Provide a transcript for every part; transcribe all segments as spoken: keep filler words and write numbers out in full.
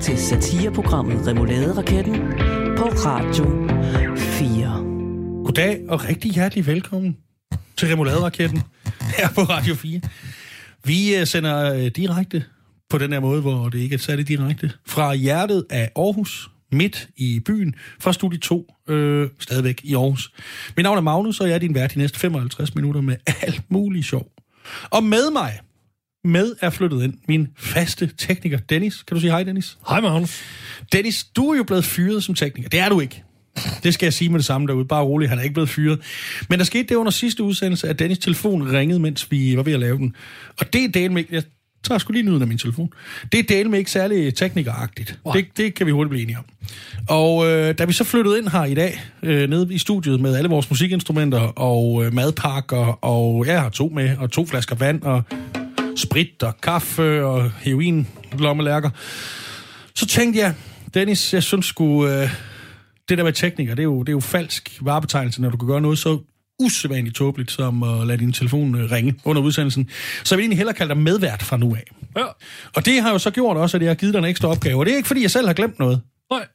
til satireprogrammet Remouladeraketten på Radio fire. Goddag og rigtig hjertelig velkommen til Remouladeraketten her på Radio fire. Vi sender direkte på den her måde, hvor det ikke er særligt direkte, fra hjertet af Aarhus, midt i byen, fra studie to, øh, stadigvæk i Aarhus. Mit navn er Magnus, og jeg er din vært de næste femoghalvtreds minutter med alt muligt sjov. Og med mig, med er flyttet ind, min faste tekniker, Dennis. Kan du sige hej, Dennis? Hej, Magnus. Dennis, du er jo blevet fyret som tekniker. Det er du ikke. Det skal jeg sige med det samme derude. Bare roligt, han er ikke blevet fyret. Men der skete det under sidste udsendelse, at Dennis' telefon ringede, mens vi var ved at lave den. Og det er del med... Jeg tager sgu lige nyden af min telefon. Det er del med ikke særlig teknikeragtigt. Wow. Det, det kan vi hurtigt blive enige om. Og øh, da vi så flyttede ind her i dag, øh, nede i studiet med alle vores musikinstrumenter og øh, madpakker, og jeg har to med, og to flasker vand, og sprit og kaffe og heroin, lommelærker, så tænkte jeg, Dennis, jeg synes sgu, øh, det der med tekniker, det er jo, det er jo falsk varebetegnelse, når du kan gøre noget så usædvanligt tåbeligt, som at lade din telefon øh, ringe under udsendelsen. Så jeg vil egentlig hellere kalde dig medvært fra nu af. Ja. Og det har jo så gjort også, at jeg har givet dig en ekstra opgave. Og det er ikke, fordi jeg selv har glemt noget. Nej.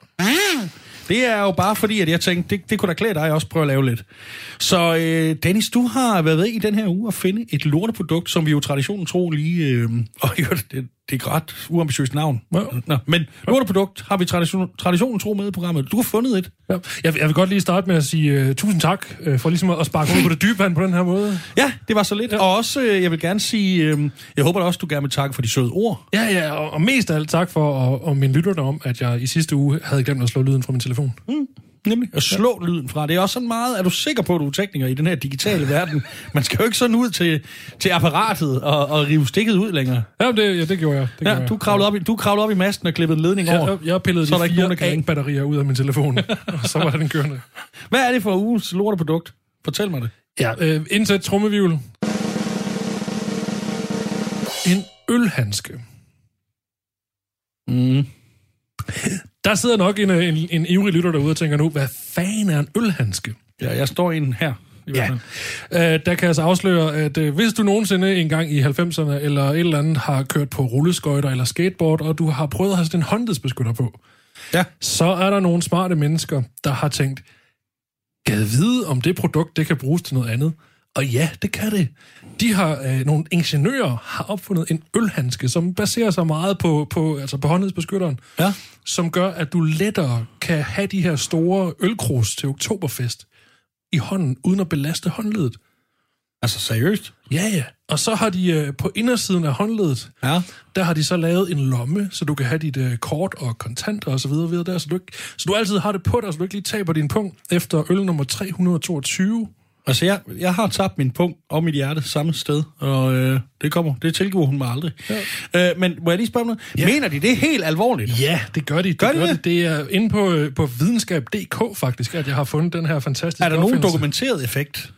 Det er jo bare fordi, at jeg tænkte, det, det kunne da klæde dig også prøve at lave lidt. Så øh, Dennis, du har været ved i den her uge at finde et lorteprodukt, som vi jo traditionen tro lige... Øh, og jo, det, det er et ret uambitiøst navn. Ja. Nå, men lorteprodukt har vi tradition, traditionen tro med i programmet. Du har fundet et. Ja. Jeg, jeg vil godt lige starte med at sige uh, tusind tak uh, for ligesom at sparke ud på det dybe vand på den her måde. Ja, det var så lidt. Ja. Og også, øh, jeg vil gerne sige, øh, jeg håber da også, du gerne vil takke for de søde ord. Ja, ja, og, og mest af alt tak for og, og min lytter om, at jeg i sidste uge havde glemt at slå lyden fra min telefon. Mm. Nemlig at slå ja. lyden fra. Det er også sådan meget, er du sikker på, at du er tekniker i den her digitale verden? Man skal jo ikke sådan ud til, til apparatet og, og rive stikket ud længere. Ja, det, ja, det gjorde jeg. Det ja, gjorde du kravlede op i, du kravlede op i masten og klippede en ledning ja, over. Jeg, jeg pillede så de ikke fire nogen, A-batterier ud af min telefon, og så var den kørende. Hvad er det for ugens lorteprodukt? Fortæl mig det. Ja, øh, indsæt trommevivl. En ølhandske. Mm. Der sidder nok en, en, en ivrig lytter derude og tænker nu, hvad fanden er en ølhandske? Ja, jeg står en her. Ja, øh, der kan jeg så afsløre, at øh, hvis du nogensinde engang i halvfemserne eller et eller andet har kørt på rulleskøjter eller skateboard, og du har prøvet at have sådan en håndledsbeskytter på, ja. så er der nogle smarte mennesker, der har tænkt, gad vide, om det produkt det kan bruges til noget andet. Og ja, det kan det. De har, øh, nogle ingeniører har opfundet en ølhandske, som baserer sig meget på, på, altså på håndledsbeskytteren, ja. som gør, at du lettere kan have de her store ølkrus til Oktoberfest i hånden, uden at belaste håndledet. Altså seriøst? Ja, ja. Og så har de øh, på indersiden af håndledet, ja. der har de så lavet en lomme, så du kan have dit øh, kort og kontanter og så videre, videre der, så du, ikke, så du altid har det på dig, så du ikke lige taber din punkt efter øl nummer tre hundrede og toogtyve. Altså, jeg, jeg har tabt min punkt og mit hjerte samme sted, og øh, det kommer, det tilgiver hun mig aldrig. Ja. Øh, men må jeg lige spørge noget? Ja. Mener de, det er helt alvorligt? Ja, det gør de. Det gør, de gør det? det? Det er inde på, på videnskab punktum d k faktisk, at jeg har fundet den her fantastiske Er der nogen opfindelse. dokumenteret effekt?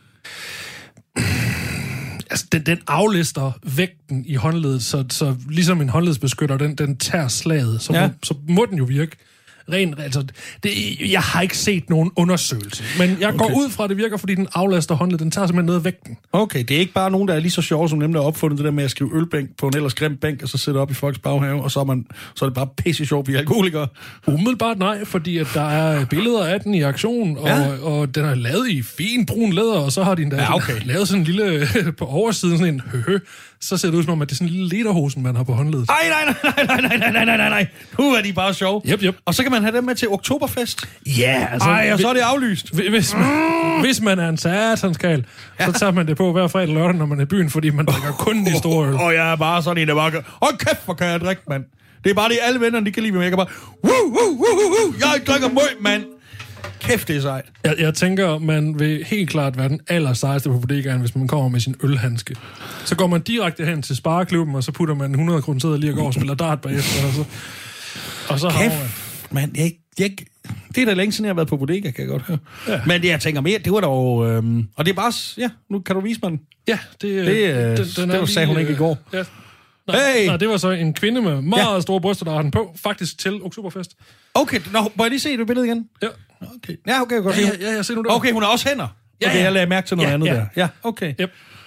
Altså, den, den aflister vægten i håndledet, så, så ligesom en håndledsbeskytter, den, den tager slaget, så, ja. må, så må den jo virke. Ren, altså, det, jeg har ikke set nogen undersøgelse, men jeg går okay. ud fra, at det virker, fordi den aflaster håndledet. Den tager simpelthen noget af vægten. Okay, det er ikke bare nogen, der er lige så sjove som dem, der har opfundet det der med at skrive ølbænk på en ellers grim bænk, og så sætte op i folks baghave, og så er, man, så er det bare pisse sjovt, vi er alkoholikere. Umiddelbart nej, fordi at der er billeder af den i aktion, og, ja. og, og den er lavet i fin brun læder, og så har de den der ja, okay. lavet sådan en lille, på oversiden sådan en høhø, så ser det ud som om, at det er sådan en lille lederhosen, man har på håndledet. Nej, nej, nej, nej, nej, nej, nej, nej, nej. Nu er de bare sjove. Yep, yep. Og så kan man have dem med til Oktoberfest. Ja, altså... Ej, og så er det aflyst. Hvis man, hvis man er en satanskal, ja. så tager man det på hver fredag og lørdag, når man er i byen, fordi man drikker kun de store øl. Og jeg er bare sådan en, der bare kan... Hold kæft, hvor kan jeg drikke, mand. Det er bare det, alle vennerne, de kan lide mig. Jeg kan bare... Woo, woo, woo, woo. Jeg drikker møg, mand. Kæft, det er sejt. Jeg, jeg tænker, man vil helt klart være den allersejeste på bodegaen, hvis man kommer med sin ølhandske. Så går man direkte hen til spareklubben, og så putter man hundrede kroner til lige og går og spiller dart bagefter. Og så, og så kæft, man... mand. Jeg, jeg, det er da længe siden, jeg har været på bodega, kan jeg godt høre. Ja. Men det, jeg tænker mere, det var dog... Øhm, og det er bare... Ja, nu kan du vise mig den. Ja, det... Det, øh, den, den det var, sagde hun ikke i går. Ja. Nej, hey! nej, det var så en kvinde med meget ja. store bryster, der har den på, faktisk til Oktoberfest. Okay, nå, må jeg lige se det billede igen? Ja. Okay, ja, okay, godt. Ja, ja, ja, jeg ser nu der. Okay, hun er også hænder. Okay, ja, ja. Jeg lagde mærke til noget ja, andet ja. der. Ja, okay. Yep.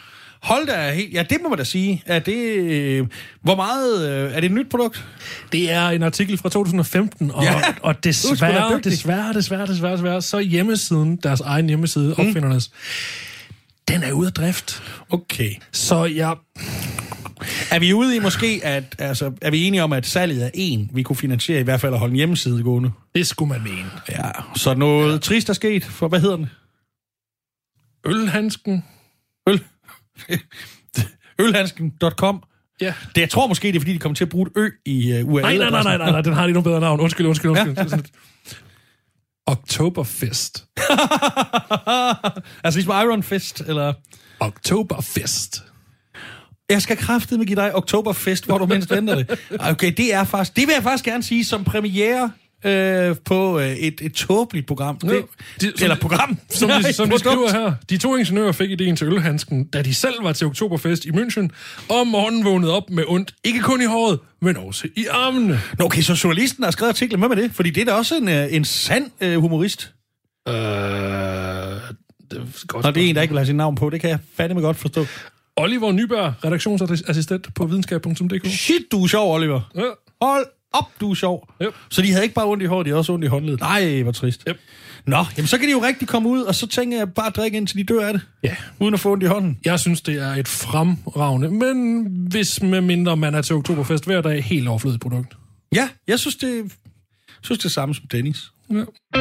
Hold da helt... Ja, det må man da sige. Er det... Øh, hvor meget... Øh, er det et nyt produkt? Det er en artikel fra to tusind og femten, og, ja, og desværre, desværre, desværre, desværre, desværre, så hjemmesiden, deres egen hjemmeside, mm. opfindernes, den er ude af drift. Okay. Så jeg... Er vi ude i måske, at... Altså, er vi enige om, at salget er en, vi kunne finansiere i hvert fald at holde en hjemmeside gående? Det skulle man mene. Ja, så noget ja. trist er sket, for hvad hedder den? Ølhandsken. Øl... ølhandsken punktum com. Ja. Det, jeg tror måske, det er, fordi de kommer til at bruge et ø i uh, U R L. Nej, nej, nej, nej, nej, nej, den har de nogle bedre navn. Undskyld, undskyld, undskyld. Ja. Oktoberfest. Altså ligesom Iron Fist, eller... Oktoberfest. Jeg skal kraftedeme give dig Oktoberfest, hvor du mindst venter det. Okay, det er faktisk... Det vil jeg faktisk gerne sige som premiere øh, på øh, et, et tåbeligt program. Det, de, eller program. Som, de, som de skriver her. De to ingeniører fik ideen til ølhandsken, da de selv var til Oktoberfest i München, og om morgenen vågnede op med ondt, ikke kun i håret, men også i armene. Nå, okay, så journalisten har skrevet artiklen med med det, fordi det er da også en, en sand øh, humorist. Øh... Det er godt. Nå, det er en, der ikke vil have sin navn på. Det kan jeg fandme godt forstå. Oliver Nyberg, redaktionsassistent på videnskab punktum d k. Shit, du er sjov, Oliver. Ja. Hold op, du er sjov. Yep. Så de havde ikke bare ondt i håret, de havde også ondt i håndledet. Nej, hvor trist. Yep. Nå, jamen så kan de jo rigtig komme ud, og så tænker jeg bare at drikke indtil de dør af det. Ja. Uden at få ondt i hånden. Jeg synes, det er et fremragende, men hvis med mindre man er til Oktoberfest hver dag, helt overflødigt produkt. Ja, jeg synes, det, jeg synes det er samme som Dennis. Ja.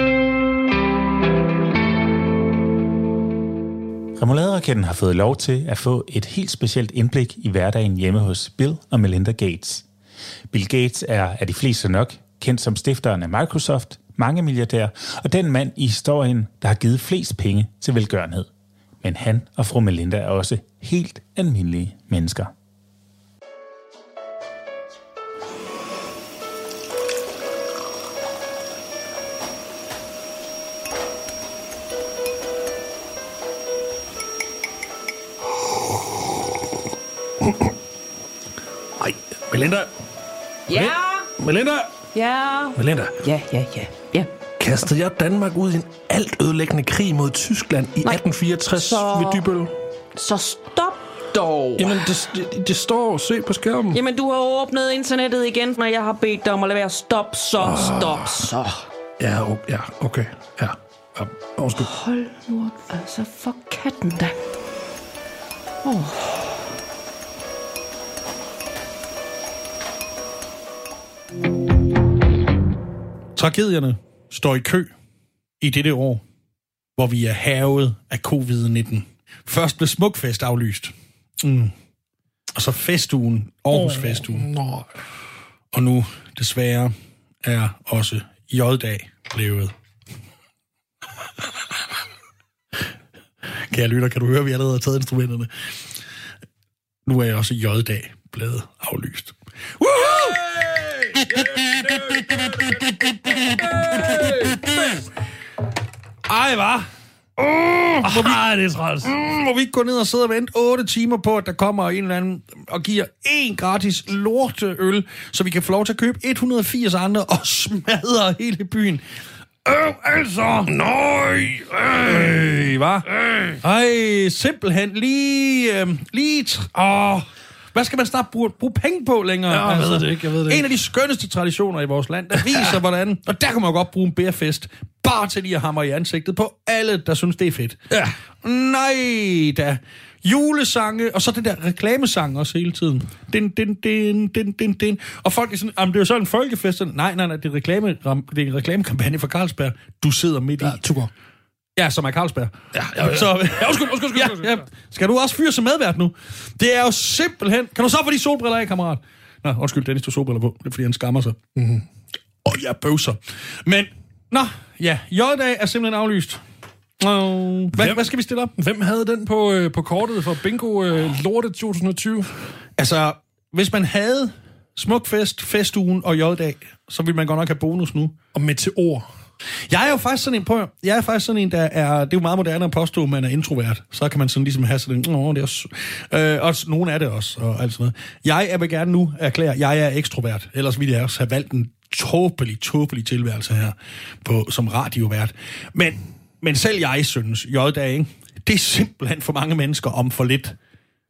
Remoulade-raketten har fået lov til at få et helt specielt indblik i hverdagen hjemme hos Bill og Melinda Gates. Bill Gates er af de fleste nok kendt som stifteren af Microsoft, mange milliardær, og den mand i historien, der har givet flest penge til velgørenhed. Men han og fru Melinda er også helt almindelige mennesker. Ej, Melinda. Ja. Melinda. Ja. Melinda. Ja, ja, ja. Ja. Kastede jeg Danmark ud i en alt ødelæggende krig mod Tyskland i Nej. atten fireogtres Så... ved Dybbøl? Så stop dog. Jamen, det, det, det står, se på skærmen. Jamen, du har åbnet internettet igen, når jeg har bedt dig om at lade være. Stop så, oh. stop så. Ja, okay, ja, okay. Ja, ja, undskyld. Hold nu, altså for katten da. Åh. Oh. Tragedierne står i kø i dette år, hvor vi er hærget af covid nitten. Først blev Smukfest aflyst. Mm. Og så festugen, Aarhus festugen. Oh, og nu, desværre, er også J-dag blevet. Kære lytter, kan du høre, at vi allerede har taget instrumenterne? Nu er også J-dag blevet aflyst. Woohoo! Ej, hva? Mm, må vi, Ej, det er træls. Mm, må vi ikke gå ned og sidde og vente otte timer på, at der kommer en eller anden og giver en gratis lorteøl, så vi kan få lov til at købe et hundrede og firs andre og smadre hele byen? Øh, altså! Nøj! Øh, hva? Ej, simpelthen lige... Øh, lige... Tr- åh... Hvad skal man snart bruge, bruge penge på længere? Ja, jeg altså, ved det ikke, jeg ved det ikke. En af de skønneste traditioner i vores land, der viser, hvordan... Og der kan man godt bruge en bærfest, bare til lige at hamre i ansigtet på alle, der synes, det er fedt. Ja. Nej da. Julesange, og så det der reklamesang også hele tiden. Din, din, din, din, din, din. Og folk er sådan, jamen det er jo sådan en folkefest. Nej, nej, nej, det er, reklame, det er en reklamekampagne for Carlsberg. Du sidder midt i. Ja, Tuborg. Ja, som er Carlsberg. Ja, ja, ja. Så, ja, undskyld, undskyld, undskyld, undskyld. Ja, ja. Skal du også fyre som medvært nu? Det er jo simpelthen... Kan du så få de solbriller af, kammerat? Nå, undskyld, Dennis, du solbriller på. Det er, fordi han skammer sig. Mm-hmm. Og jeg bøvser. Men, nå, ja, J-dag er simpelthen aflyst. Oh, hvad, hvad skal vi stille op? Hvem havde den på, øh, på kortet for bingo øh, lortet to tusind og tyve? Altså, hvis man havde Smukfest, festugen og J-dag, så ville man godt nok have bonus nu. Og Meteor. Jeg er jo faktisk sådan en på, jeg er faktisk sådan en, der er, det er jo meget moderne at påstå, at man er introvert. Så kan man sådan ligesom have sådan en, åh, det er også, øh, også nogen er det også, og alt sådan noget. Jeg er vil gerne nu erklære, at jeg er ekstrovert. Ellers ville jeg også have valgt en tåbelig, tåbelig tilværelse her på, som radiovært. Men, men selv jeg synes, J-dag, ikke? Det er simpelthen for mange mennesker om for lidt.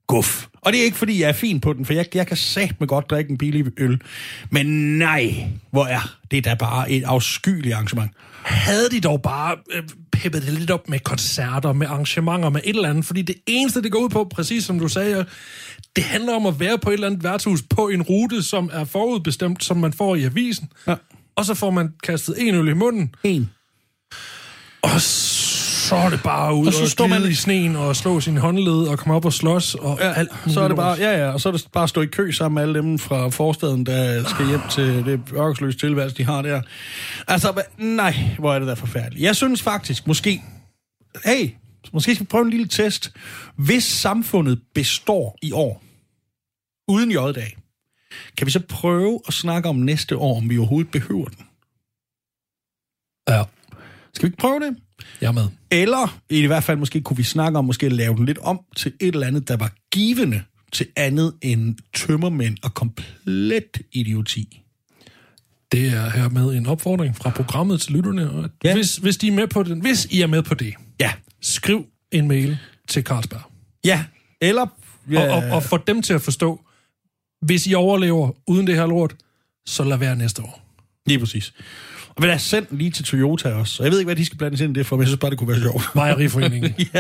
guf. Og det er ikke, fordi jeg er fin på den, for jeg, jeg kan satme godt drikke en billig øl. Men nej, hvor er det da bare et afskyeligt arrangement. Havde de dog bare øh, peppet det lidt op med koncerter, med arrangementer, med et eller andet, fordi det eneste, det går ud på, præcis som du sagde, det handler om at være på et eller andet værtshus på en rute, som er forudbestemt, som man får i avisen. Ja. Og så får man kastet en øl i munden. En. Og så er det bare ud og, og står man i sneen og slå sin håndled og komme op og slås og ja, alt. Så er det bare, ja, ja, og så er det bare at stå i kø sammen med alle dem fra forstaden, der skal hjem til det ørkesløse tilværelse, de har der. Altså, nej, hvor er det der forfærdeligt. Jeg synes faktisk, måske, hey, måske skal vi prøve en lille test. Hvis samfundet består i år, uden J-dag, kan vi så prøve at snakke om næste år, om vi overhovedet behøver den? Ja. Skal vi ikke prøve det? Jeg er med. Eller, i hvert fald måske, kunne vi snakke om, måske lave den lidt om til et eller andet, der var givende til andet end tømmermænd og komplet idioti. Det er her med en opfordring fra programmet til lytterne. Og ja. hvis, hvis, de er med på den, hvis I er med på det, ja. skriv en mail til Carlsberg. Ja, eller... Ja. Og, og, og få dem til at forstå, hvis I overlever uden det her lort, så lad være næste år. Lige præcis. Og vil jeg sende lige til Toyota også. Jeg ved ikke, hvad de skal blandes ind i det for, men jeg synes bare, det kunne være sjovt. Mejeriforeningen. Ja.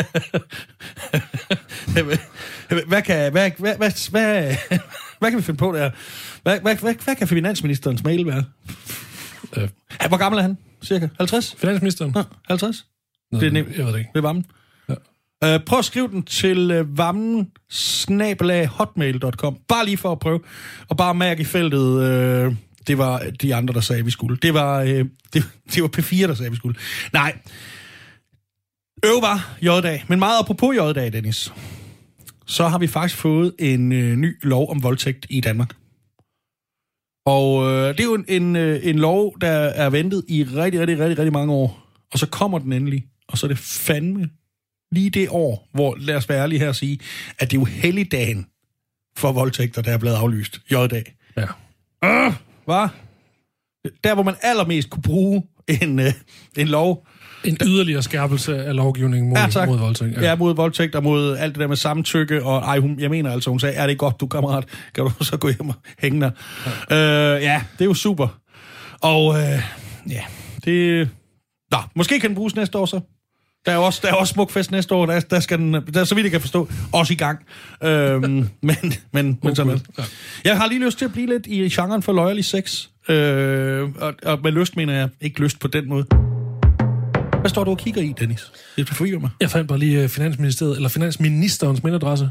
Hvad kan, hvad, hvad, hvad, hvad, hvad kan vi finde på der? Hvad, hvad, hvad, hvad kan finansministerens mail være? Øh. Hvor gammel er han? Cirka halvtreds? Finansministeren? Ja, halvtreds? Nå, det er nemt. Jeg ved det ikke. Det er Vammen. Ja. Uh, prøv at skrive den til uh, vammen snabel-a hotmail punktum com. Bare lige for at prøve. Og bare mærke i feltet... Uh, det var de andre, der sagde, at vi skulle. Det var, øh, det, det var P fire, der sagde, at vi skulle. Nej. Øv var J-dag. Men meget apropos J-dag, Dennis. Så har vi faktisk fået en øh, ny lov om voldtægt i Danmark. Og øh, det er jo en, en, øh, en lov, der er ventet i rigtig, rigtig, rigtig, rigtig mange år. Og så kommer den endelig. Og så er det fandme lige det år, hvor, lad os være ærlige her og sige, at det er jo helligdagen for voldtægter, der er blevet aflyst. J-dag. Ja. Øh! Hvad? Der, hvor man allermest kunne bruge en, øh, en lov. En yderligere skærpelse af lovgivningen mod, ja, mod voldtægt. Ja. ja, mod voldtægt og mod alt det der med samtykke. Og ej, hun, jeg mener altså, hun sagde, er det godt, du kammerat? Kan du så gå hjem og hænge der? Ja, øh, ja det er jo super. Og øh, ja, det... Nå, måske kan den bruges næste år så. Der er også, der er også smukfest næste år, der, der skal den, der, så vidt jeg kan forstå, også i gang. Øhm, men, men, men sådan ja. Jeg har lige lyst til at blive lidt i genren for loyal sex. Øh, og, og med lyst mener jeg ikke lyst på den måde. Hvad står du og kigger i, Dennis? Det forvirrer mig. Jeg fandt bare lige Finansministeriet, eller Finansministerens mailadresse.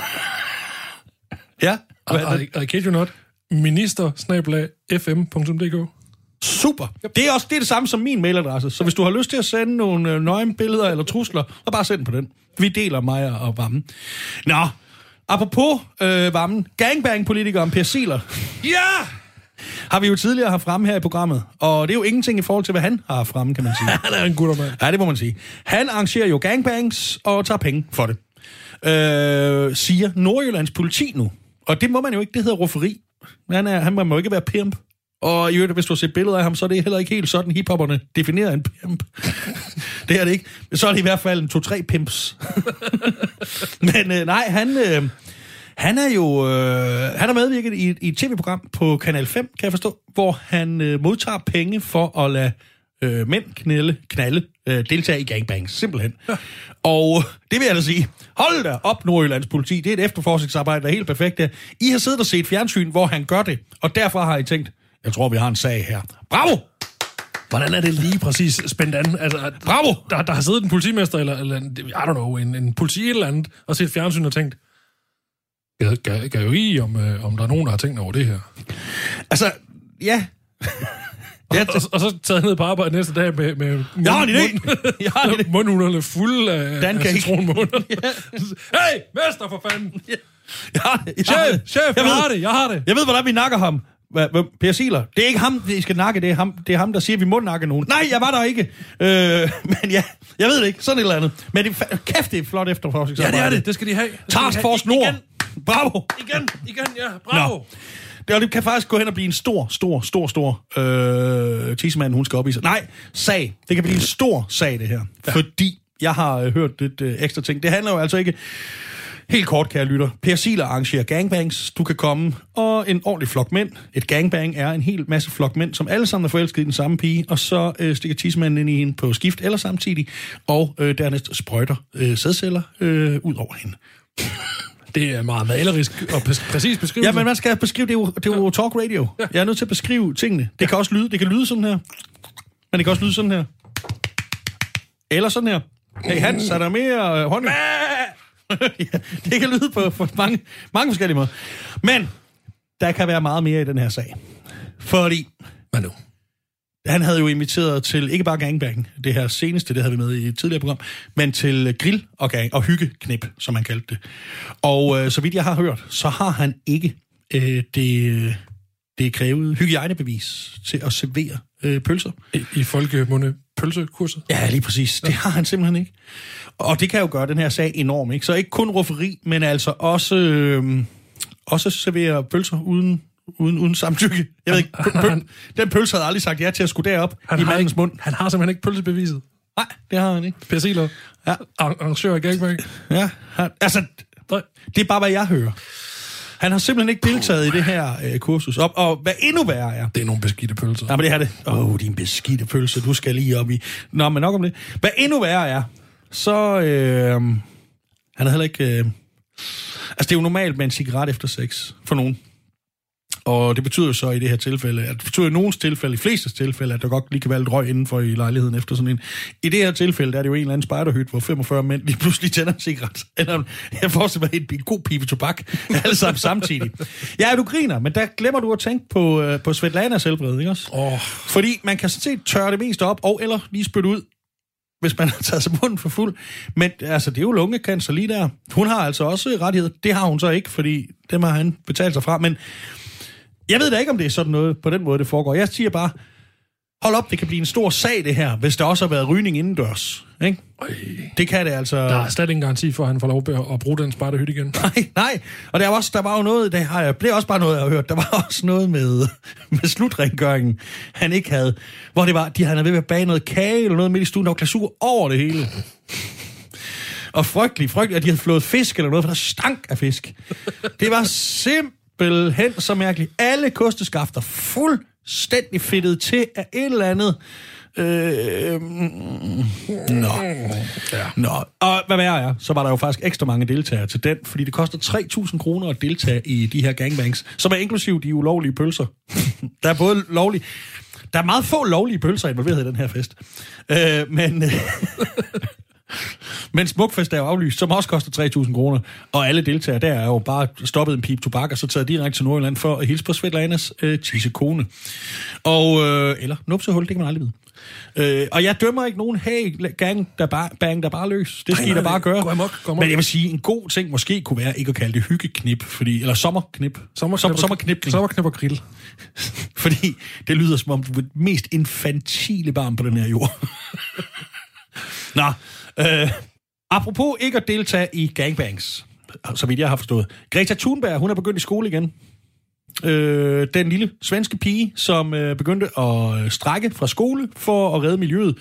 Ja? I, I, I kid you not. Minister snabel-a f m punktum d k. Super. Det er også det, er det samme som min mailadresse. Så hvis du har lyst til at sende nogle øh, nøgenbilleder eller trusler, så bare send på den. Vi deler mig og Vammen. Nå, apropos øh, Vammen. Gangbang-politikeren Per Siler. Ja! Har vi jo tidligere haft fremme her i programmet. Og det er jo ingenting i forhold til, hvad han har fremme, kan man sige. Han er en guttermand. Ja, det må man sige. Han arrangerer jo gangbangs og tager penge for det. Øh, siger Nordjyllands politi nu. Og det må man jo ikke, det hedder rufferi. Han, er, han må jo ikke være pimp. Og i øvrigt, hvis du har set billeder af ham, så er det heller ikke helt sådan, hiphopperne definerer en pimp. Det er det ikke. Så er det i hvert fald en to-tre pimps. Men øh, nej, han, øh, han er jo øh, han har medvirket i, i et tv-program på Kanal fem, kan jeg forstå, hvor han øh, modtager penge for at lade øh, mænd knælde, knalde, øh, deltage i gangbangs, simpelthen. Ja. Og det vil jeg da sige, hold da op, Nordjyllands politi, det er et efterforskningsarbejde, der er helt perfekt der. I har siddet og set fjernsyn, hvor han gør det, og derfor har I tænkt, jeg tror, vi har en sag her. Bravo! Hvordan er det lige præcis spændt an? Altså, bravo! Der, der har siddet en politimester, eller, eller I don't know, en, en politi et eller andet, og set fjernsyn og tænkt, jeg kan, kan jo i, om, øh, om der er nogen, der har tænkt over det her. Altså, ja... og, og, og så taget ned på arbejde næste dag med, med mund, jeg har en idé. Mund, mundhunderne fulde af, af citronmåner. Ja. Hey, mester for fanden! Ja. Jeg har det. Jeg chef, har det. chef, jeg, jeg ved, har det, jeg har det. Jeg ved, hvordan vi nakker ham. Per Siler. Det er ikke ham, vi skal nakke, det er ham, det er ham der siger, at vi må nakke nogen. Nej, jeg var der ikke. Øh, men ja, jeg ved det ikke. Sådan et eller andet. Men det er, kæft, det er flot efterforskningsarbejde. Ja, det er det. Det skal de have. Task Force Nord. Bravo. Igen, igen, ja. Bravo. Nå. Det, og det kan faktisk gå hen og blive en stor, stor, stor, stor øh, tissemand, hun skal op i sig. Nej, sag. Det kan blive en stor sag, det her. Ja. Fordi jeg har øh, hørt lidt øh, ekstra ting. Det handler jo altså ikke... Helt kort, kære lytter. Per Siler arrangerer gangbangs. Du kan komme, og en ordentlig flok mænd. Et gangbang er en hel masse flok mænd, som alle sammen er forelsket i den samme pige, og så øh, stikker tidsmanden ind i hende på skift eller samtidig, og øh, dernæst sprøjter øh, sædceller øh, ud over hende. Det er meget malerisk og præ- præcis beskrivelse. Ja, men man skal beskrive, det er jo, det er jo talk radio. Ja. Jeg er nødt til at beskrive tingene. Det ja. kan også lyde, det kan lyde sådan her. Men det kan også lyde sådan her. Eller sådan her. Hey Hans, er der mere øh, hånd? Ja, det kan lyde på, på mange, mange forskellige måder. Men der kan være meget mere i den her sag. Fordi... Hvad nu? Han havde jo inviteret til, ikke bare gangbang, det her seneste, det havde vi med i et tidligere program, men til grill og, gang, og hyggeknip, som han kaldte det. Og øh, så vidt jeg har hørt, så har han ikke øh, det, det krævede hygiejnebevis til at servere øh, pølser. I, i folkemunde pølsekurset? Ja, lige præcis. Det har han simpelthen ikke. Og det kan jo gøre den her sag enorm, ikke? Så ikke kun rufferi, men altså også, øh, også servere pølser uden... Uden, uden samtykke. Jeg ved ikke, pøl, pøl, den pølse havde aldrig sagt ja til at skulle derop i mandens mund. Han har simpelthen ikke pølsebeviset. Nej, det har han ikke. Per Siler, ja. Arrangør af gangbang. Ja, han, altså, det er bare, hvad jeg hører. Han har simpelthen ikke deltaget i det her øh, kursus. Og, og hvad endnu værre er... Det er nogle beskidte pølser. Ja, men det er det. Åh, oh, din beskidte pølse, du skal lige op i... Nå, men nok om det. Hvad endnu værre er, så... Øh, han har heller ikke... Øh, altså, det er jo normalt med en cigaret efter sex, for nogen. Og det betyder så i det her tilfælde, at det betyder i nogens tilfælde, i flestes tilfælde, at der godt lige kan være lidt røg indenfor i lejligheden efter sådan en. I det her tilfælde, der er det jo en eller anden spejderhytte, hvor femogfyrre mænd lige pludselig tænder en cigaret. Eller jeg forestiller mig en god pibe tobak, alle sammen samtidig. Ja, du griner, men der glemmer du at tænke på, uh, på Svetlanas helbred, ikke også? Oh. Fordi man kan sådan set tørre det meste op, og eller lige spytte ud, hvis man har taget sig munden for fuld. Men altså, det er jo lungekancer lige der. Hun har altså også rettigheder. Det har hun så ikke, fordi dem har han betalt sig fra, men jeg ved da ikke, om det er sådan noget, på den måde, det foregår. Jeg siger bare, hold op, det kan blive en stor sag, det her, hvis der også har været rygning indendørs. Ikke? Det kan det altså... Der er slet ingen garanti for, at han får lov at bruge den spejderhytte igen. Nej, nej. Og der var, også, der var jo noget, det, har jeg, det er også bare noget, jeg har hørt, der var også noget med, med slutrengøringen, han ikke havde, hvor det var, de havde ved at bage noget kage eller noget midt i stuen, der var glasur over det hele. Og frygteligt, frygteligt, at de havde flået fisk eller noget, for der stank af fisk. Det var simpelthen hen så mærkeligt. Alle kosteskafter fuldstændig fedtet til af et eller andet. Øh, nå. Ja. Nå. Og hvad værre er, så var der jo faktisk ekstra mange deltagere til den, fordi det koster tre tusind kroner at deltage i de her gangbangs, som er inklusiv de ulovlige pølser. Der er både lovlige... Der er meget få lovlige pølser involveret i den her fest. Øh, men... Men Smukfest er jo aflyst, som også koster tre tusind kroner, og alle deltagere der er jo bare stoppet en pipe tobak, og så taget direkte til Nordjylland for at hilse på Svetlanas øh, tissekone. Og, øh, eller nupsehul, det kan man aldrig vide. Øh, og jeg dømmer ikke nogen, hey, gang, der bare, bang, der bare løs. Det skal I da bare gøre. Gå amok, gå amok. Men jeg vil sige, en god ting måske kunne være ikke at kalde det hyggeknip, fordi, eller sommerknip. Sommerknip, sommerknipning. Sommerknip og grill. Fordi det lyder som om, du er det mest infantile barn på den her jord. Nå, øh, apropos ikke at deltage i gangbangs, så vidt jeg har forstået. Greta Thunberg, hun er begyndt i skole igen. Øh, den lille svenske pige, som øh, begyndte at strække fra skole for at redde miljøet,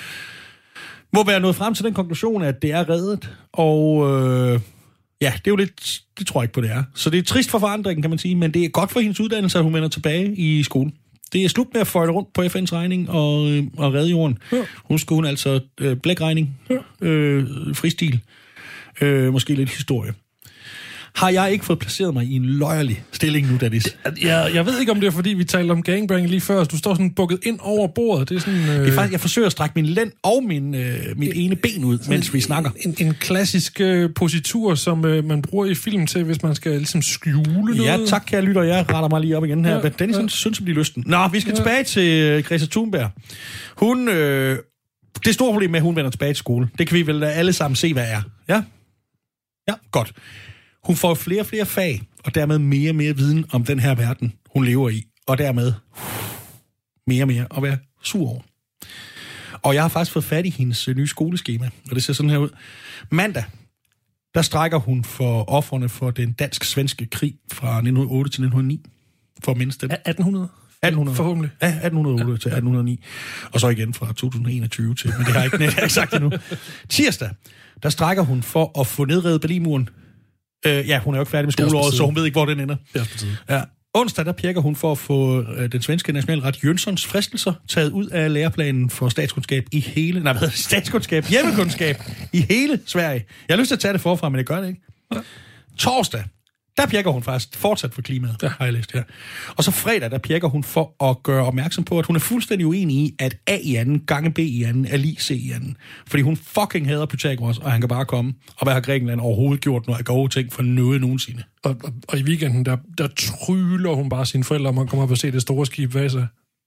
må være nået frem til den konklusion, at det er reddet. Og øh, ja, det er jo lidt, det tror jeg ikke på, det er. Så det er trist for forandringen, kan man sige, men det er godt for hendes uddannelse, at hun vender tilbage i skolen. Det er slut med at føjle rundt på F N's regning og, øh, og redde jorden. Ja. Nu skal hun altså øh, blækregning, ja. øh, fristil, øh, måske lidt historie. Har jeg ikke fået placeret mig i en løjerlig stilling nu, Dennis? Jeg, jeg ved ikke, om det er, fordi vi talte om gangbang lige før. Du står sådan bukket ind over bordet. Det er sådan... Øh... Det er faktisk, jeg forsøger at strække min lænd og min, øh, mit ene ben ud, mens vi snakker. En, en klassisk øh, positur, som øh, man bruger i film til, hvis man skal ligesom skjule noget. Ja, tak, kære lytter. Jeg retter mig lige op igen her. Ja, men Dennis, ja. synes, at blive lysten. Nå, vi skal ja. tilbage til Greta Thunberg. Hun... Øh, det store problem med, at hun vender tilbage til skole, det kan vi vel alle sammen se, hvad er. Ja? Ja, godt. Hun får flere og flere fag, og dermed mere og mere viden om den her verden, hun lever i. Og dermed mere og mere at være sur over. Og jeg har faktisk fået fat i hendes nye skoleskema, og det ser sådan her ud. Mandag, der strækker hun for ofrene for den dansk-svenske krig fra nitten hundrede og otte til nitten hundrede og ni. For at mindst dem. atten hundrede? atten hundrede. Forhåbentlig. Ja, atten hundrede og otte til atten hundrede og ni. Og så igen fra to tusind og enogtyve til, men det har jeg ikke, ikke sagt endnu. Tirsdag, der strækker hun for at få nedrevet Berlinmuren. Øh, ja, hun er jo ikke færdig med skoleåret, så hun ved ikke, hvor den ender. Det er på tide. Ja. Onsdag, der pjekker hun for at få øh, den svenske nationalret Jönssons fristelser taget ud af læreplanen for statskundskab i hele... Nej, hvad hedder det? Statskundskab, hjemmekundskab i hele Sverige. Jeg har lyst til at tage det forfra, men det gør det ikke. Ja. Torsdag, der pjekker hun faktisk fortsat for klimaet, ja. Har jeg læst her. Og så fredag, der pjekker hun for at gøre opmærksom på, at hun er fuldstændig uenig i, at A i anden gange B i anden er lige C i anden. Fordi hun fucking hader Pythagoras, og han kan bare komme. Og hvad har Grækenland overhovedet gjort noget gode ting for noget nogensinde? Og, og, og i weekenden, der, der tryller hun bare sine forældre, om at komme op og se det store skib Vasa.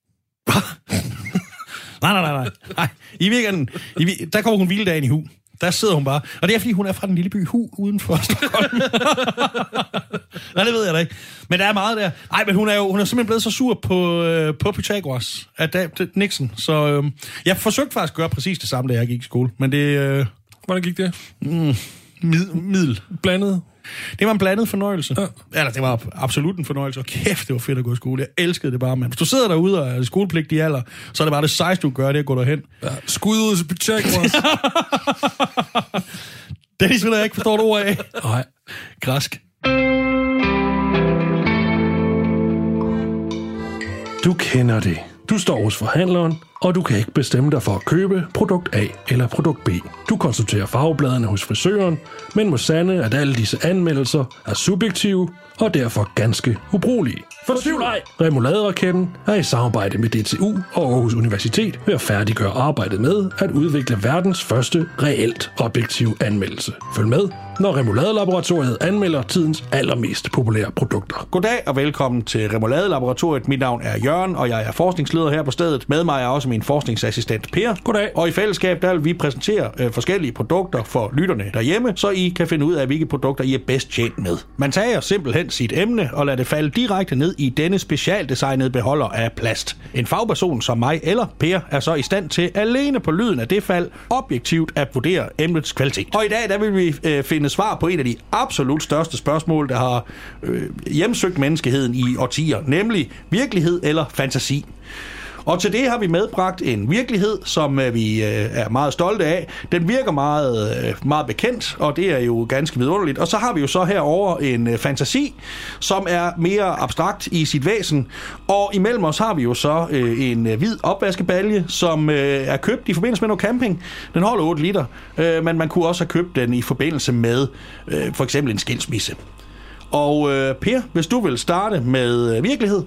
nej, nej, nej, nej. nej. I weekenden, i, der kommer hun hviledagen i Hu. Der sidder hun bare. Og det er, fordi hun er fra den lille by Hu uden for Stockholm. Nej, det ved jeg da ikke. Men der er meget der. Nej, men hun er jo hun er simpelthen blevet så sur på, øh, på Pythagoras, at da, Nixon. Så øh, jeg forsøgte faktisk at gøre præcis det samme, da jeg gik i skole. Men det... Øh, Hvordan gik det? Mm, mid, middel. Blandet? Det var en blandet fornøjelse. Ja. Eller det var absolut en fornøjelse. Og kæft, det var fedt at gå i skole. Jeg elskede det bare, mand. Hvis du sidder derude og er skolepligtig alder, så er det bare det sejste, du gør, det at gå derhen. Ja, skud ud til Pythagoras. Dennis, vil jeg ikke forstå et ord af. Nej. Græsk. Du kender det. Du står hos forhandleren, og du kan ikke bestemme dig for at købe produkt A eller produkt B. Du konsulterer farvebladene hos frisøren, men må sande, at alle disse anmeldelser er subjektive og derfor ganske ubrugelige. Fortvivl ej! Remoulade-raketten er i samarbejde med D T U og Aarhus Universitet ved at færdiggøre arbejdet med at udvikle verdens første reelt objektive anmeldelse. Følg med, når Remoulade-laboratoriet anmelder tidens allermest populære produkter. Goddag og velkommen til Remoulade-laboratoriet. Mit navn er Jørgen, og jeg er forskningsleder her på stedet. Med mig er også min forskningsassistent Per. Goddag. Og i fællesskab der vil vi præsentere øh, forskellige produkter for lytterne derhjemme, så I kan finde ud af, hvilke produkter I er bedst tjent med. Man tager simpelthen sit emne og lader det falde direkte ned i denne specialdesignede beholder af plast. En fagperson som mig eller Per er så i stand til alene på lyden af det fald objektivt at vurdere emnets kvalitet. Og i dag der vil vi øh, finde svar på et af de absolut største spørgsmål, der har øh, hjemsøgt menneskeheden i årtier, nemlig virkelighed eller fantasi. Og til det har vi medbragt en virkelighed, som øh, vi øh, er meget stolte af. Den virker meget, øh, meget bekendt, og det er jo ganske vidunderligt. Og så har vi jo så herover en øh, fantasi, som er mere abstrakt i sit væsen. Og imellem os har vi jo så øh, en øh, hvid opvaskebalje, som øh, er købt i forbindelse med noget camping. Den holder otte liter, øh, men man kunne også have købt den i forbindelse med øh, for eksempel en skilsmisse. Og øh, Per, hvis du vil starte med øh, virkelighed.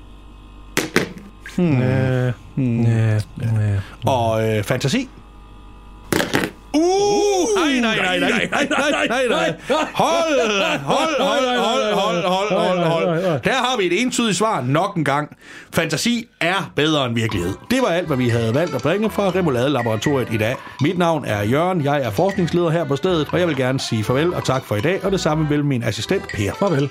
Hmm. Ja, hmm. ja, ja. Og øh, fantasi. Uh, nej, nej, nej, nej, nej, nej, nej, nej. Hold, hold, hold, hold, hold, hold, hold, hold. Der har vi et entydigt svar nok en gang. Fantasi er bedre end virkelighed. Det var alt, hvad vi havde valgt at bringe fra Remoulade-laboratoriet i dag. Mit navn er Jørgen, jeg er forskningsleder her på stedet, og jeg vil gerne sige farvel og tak for i dag, og det samme vil min assistent Per. Farvel.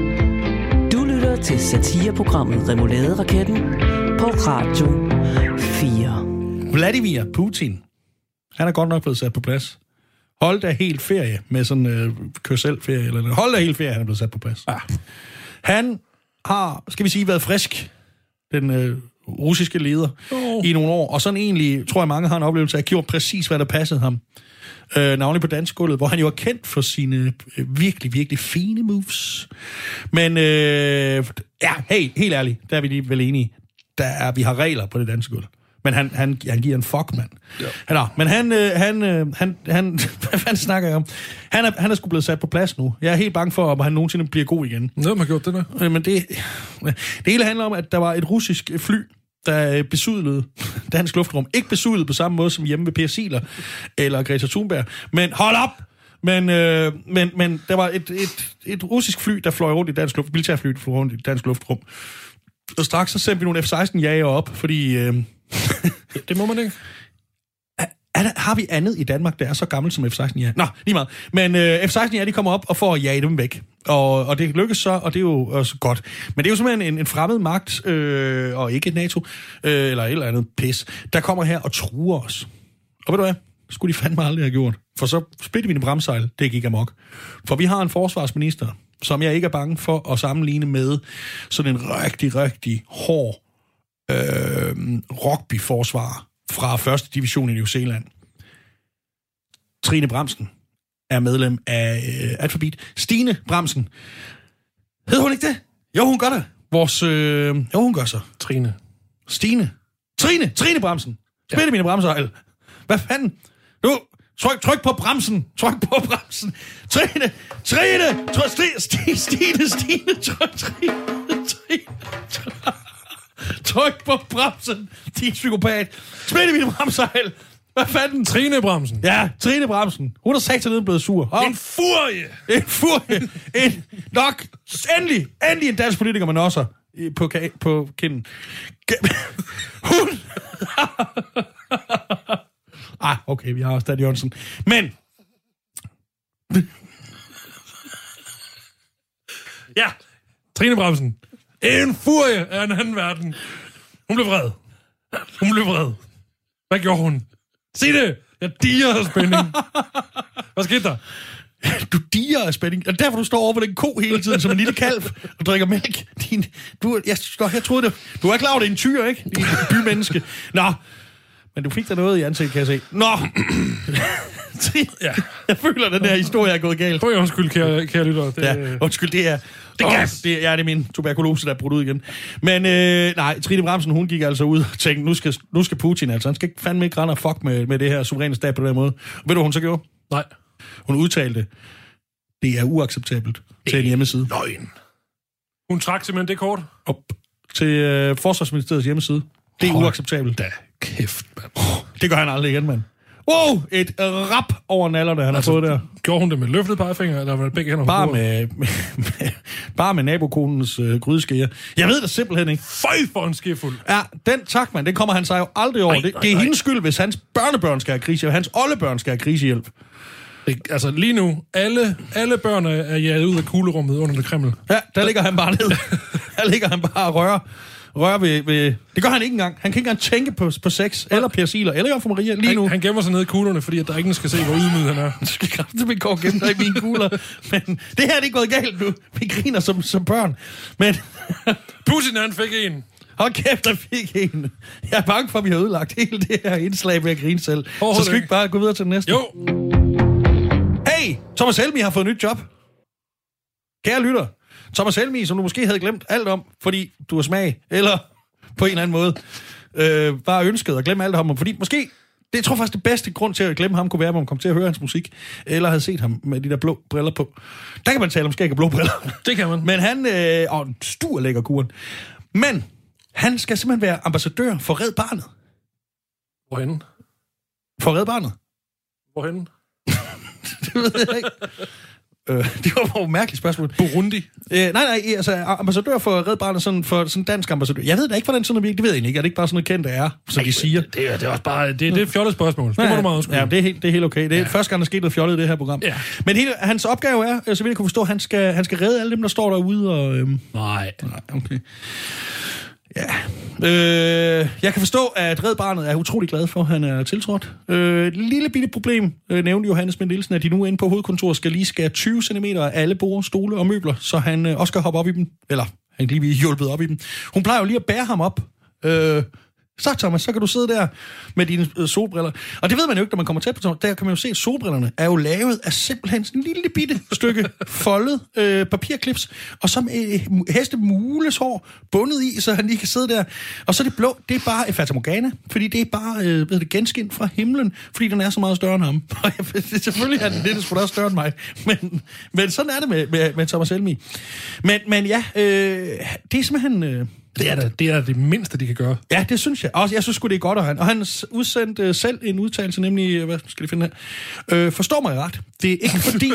Du lytter til satireprogrammet Remoulade-raketten på Radio fire. Vladimir Putin, han er godt nok blevet sat på plads. Hold da helt ferie med sådan en øh, kør-selv-ferie. Eller noget. Hold da helt ferie, han er blevet sat på plads. Ja. Han har, skal vi sige, været frisk, den øh, russiske leder, oh. i nogle år. Og sådan egentlig, tror jeg, mange har en oplevelse af at gjort præcis, hvad der passede ham. Øh, navnlig på dansegulvet, hvor han jo er kendt for sine øh, virkelig, virkelig fine moves. Men øh, ja, hey, helt ærligt, der er vi lige vel enige. Der er, vi har regler på det dansegulv. Men han, han, han giver en fuck, mand. Ja. Nå, men han, øh, han, øh, han, han, hvad fanden snakker jeg om? Han er, han er sgu blevet sat på plads nu. Jeg er helt bange for, at han nogensinde bliver god igen. Nå, man har gjort det der. Øh, men det, det hele handler om, at der var et russisk fly, der besudlede dansk luftrum. Ikke besudlet på samme måde som hjemme ved Per Siler eller Greta Thunberg. Men hold op! Men, øh, men, men der var et, et, et russisk fly, der fløj rundt i dansk luft, militærfly, der fløj rundt i dansk luftrum. Og straks så sendte vi nogle F seksten jager op, fordi... Øh, det må man ikke. Er, er der, har vi andet i Danmark, der er så gammelt som F seksten jager? Nå, lige meget. Men øh, F seksten jager, de kommer op og får at jage dem væk. Og, og det lykkes så, og det er jo også godt. Men det er jo simpelthen en, en fremmed magt, øh, og ikke et NATO, øh, eller et eller andet pis, der kommer her og truer os. Og ved du hvad? Det skulle de fandme aldrig have gjort. For så spidte vi en bremsejl, det gik amok. For vi har en forsvarsminister, som jeg ikke er bange for at sammenligne med sådan en rigtig, rigtig hård øh, rugby-forsvar fra første division i New Zealand. Trine Bramsen. er medlem af øh, Alphabet. Stine Bramsen. Hedder hun ikke det? Jo, hun gør det. Vores... Øh, jo, hun gør så. Trine. Stine. Trine. Trine Bramsen. Spil ja. mine bremser. Hvad fanden? Nu, tryk, tryk på bremsen. Tryk på bremsen. Trine. Trine. Tryk, Stine. Stine. Stine. Tryk. Trine. Trine. Tryk på bremsen. Din psykopat. Spil mine bremser. Hvad fanden? Trine Bramsen. Ja, Trine Bramsen. Hun er sagt til neden blevet sur. Oh. En furie. En furie. En nok. Endelig. Endelig en dansk politiker, man også på, på kinden. Hun... ah, okay, vi har også Daddy Jørgensen. Men... ja, Trine Bramsen. En furie af en anden verden. Hun blev vred. Hun blev vred. Hvad gjorde hun? Sig det! Jeg diger af spænding. Hvad skete der? Du diger af spænding. Og derfor du står over på den ko hele tiden, som en lille kalv, og drikker mælk. Din, du, jeg, jeg troede det. Du er klar over, det er en tyr, ikke? Din bymenneske. Nå, men du fik da noget i ansigtet, kan jeg se. Nå! Ja. Jeg føler, at den her historie er gået galt. Prøv undskyld, kære, kære lytter. Det, ja, undskyld, det er... Det er, gas. Det, er, ja, det er min tuberkulose, der er brudt ud igen. Men øh, nej, Trine Bramsen, hun gik altså ud og tænkte, nu skal, nu skal Putin altså, han skal ikke fandme ikke rende og fuck med, med det her suveræne stat på den måde. Og ved du, hun så gjorde? Nej. Hun udtalte, det er uacceptabelt til en hjemmeside. Løgn. Hun trak simpelthen det kort? Op til øh, Forsvarsministeriets hjemmeside. Det er Hold uacceptabelt. Da kæft, mand. Det gør han aldrig igen, mand. Wow, et rap over nallerne, han altså, har fået der. Gjorde hun det med løftet pegefinger, eller var det begge hænder? Bare med, med, med, bare med nabokonens øh, grydeskære. Jeg ved det simpelthen ikke. Føj for en skefuld. Ja, den tak, man. Den kommer han sig jo aldrig over. Ej, det, det er ej, hendes skyld, hvis hans børnebørn skal have krisehjælp. Hans oldebørn skal have krisehjælp. Det, altså lige nu, alle, alle børn er jaget ud af kuglerummet under det Kreml. Ja, der ligger han bare ned. Der ligger han bare og rører. Rører ved, ved... Det gør han ikke engang. Han kan ikke engang tænke på, på sex, eller persiler, eller Jomfru Maria lige han, nu. Han gemmer sig ned i kuglerne, fordi at der ingen skal se, hvor ydmyg han er. Du skal kraftigt gå og gemme dig i mine kugler. Men det her er ikke gået galt nu. Vi griner som, som børn. Men... Putin, han fik en. Hold kæft, der fik en. Jeg er bange for, at vi har ødelagt hele det her indslag med at grine selv. Oh, så skal vi ikke bare gå videre til den næste? Jo. Hey, Thomas Helmig har fået et nyt job. Kære lytter. Thomas Helmig, som du måske havde glemt alt om, fordi du er smag, eller på en eller anden måde øh, bare ønsket at glemme alt om ham. Fordi måske, det jeg tror faktisk det bedste grund til at glemme ham kunne være, at man kom til at høre hans musik, eller havde set ham med de der blå briller på. Der kan man tale om skæg og blå briller. Det kan man. Men han, øh, åh, en stor lækker kuren. Men han skal simpelthen være ambassadør for Red Barnet. Hvorhenne? For Red Barnet? Hvorhenne? Det ved jeg ikke. Øh, det var et mærkeligt spørgsmål. Burundi? Øh, nej, nej, altså ambassadør for Red Barnet, sådan for sådan dansk ambassadør. Jeg ved da ikke, hvordan sådan noget, det ved jeg ikke. Er det ikke bare sådan noget kendt, det er, som de siger? Det, det, er, det er også bare, det, det er et fjollet spørgsmål. Det ja, må du meget udskylde. Ja, det er helt, det er helt okay. Det er ja. første gang, der skete noget fjollet i det her program. Ja. Men hele, hans opgave er, så vil jeg kunne forstå, han skal, han skal redde alle dem, der står derude. Og, øhm, nej. Nej, okay. Ja. Øh, jeg kan forstå, at Red Barnet er utrolig glad for, at han er tiltrådt. Øh, et lille bitte problem, øh, nævnte Johannes Schmidt Nielsen, at de nu inde på hovedkontoret skal lige skære tyve centimeter af alle borde, stole og møbler, så han øh, også skal hoppe op i dem. Eller han kan lige blive hjulpet op i dem. Hun plejer jo lige at bære ham op. Øh, Så Thomas, så kan du sidde der med dine øh, solbriller. Og det ved man jo ikke, når man kommer tæt på Thomas. Der kan man jo se, at solbrillerne er jo lavet af simpelthen sådan en lille bitte stykke foldet øh, papirklips, og så med øh, hestemules hår bundet i, så han lige kan sidde der. Og så det blå, det er bare et Fata Morgana, fordi det er bare øh, ved det, genskin fra himlen, fordi den er så meget større end ham. Og jeg, selvfølgelig er det det, der skulle også større end mig. Men, men sådan er det med, med, med Thomas Helmig. Men, men ja, øh, det er simpelthen... Øh, Det er da det, er det mindste, de kan gøre. Ja, det synes jeg. Også, jeg synes sgu, det er godt af han. Og han udsendte uh, selv en udtalelse, nemlig, hvad skal de finde her? Øh, forstår mig ret. Det er ikke fordi...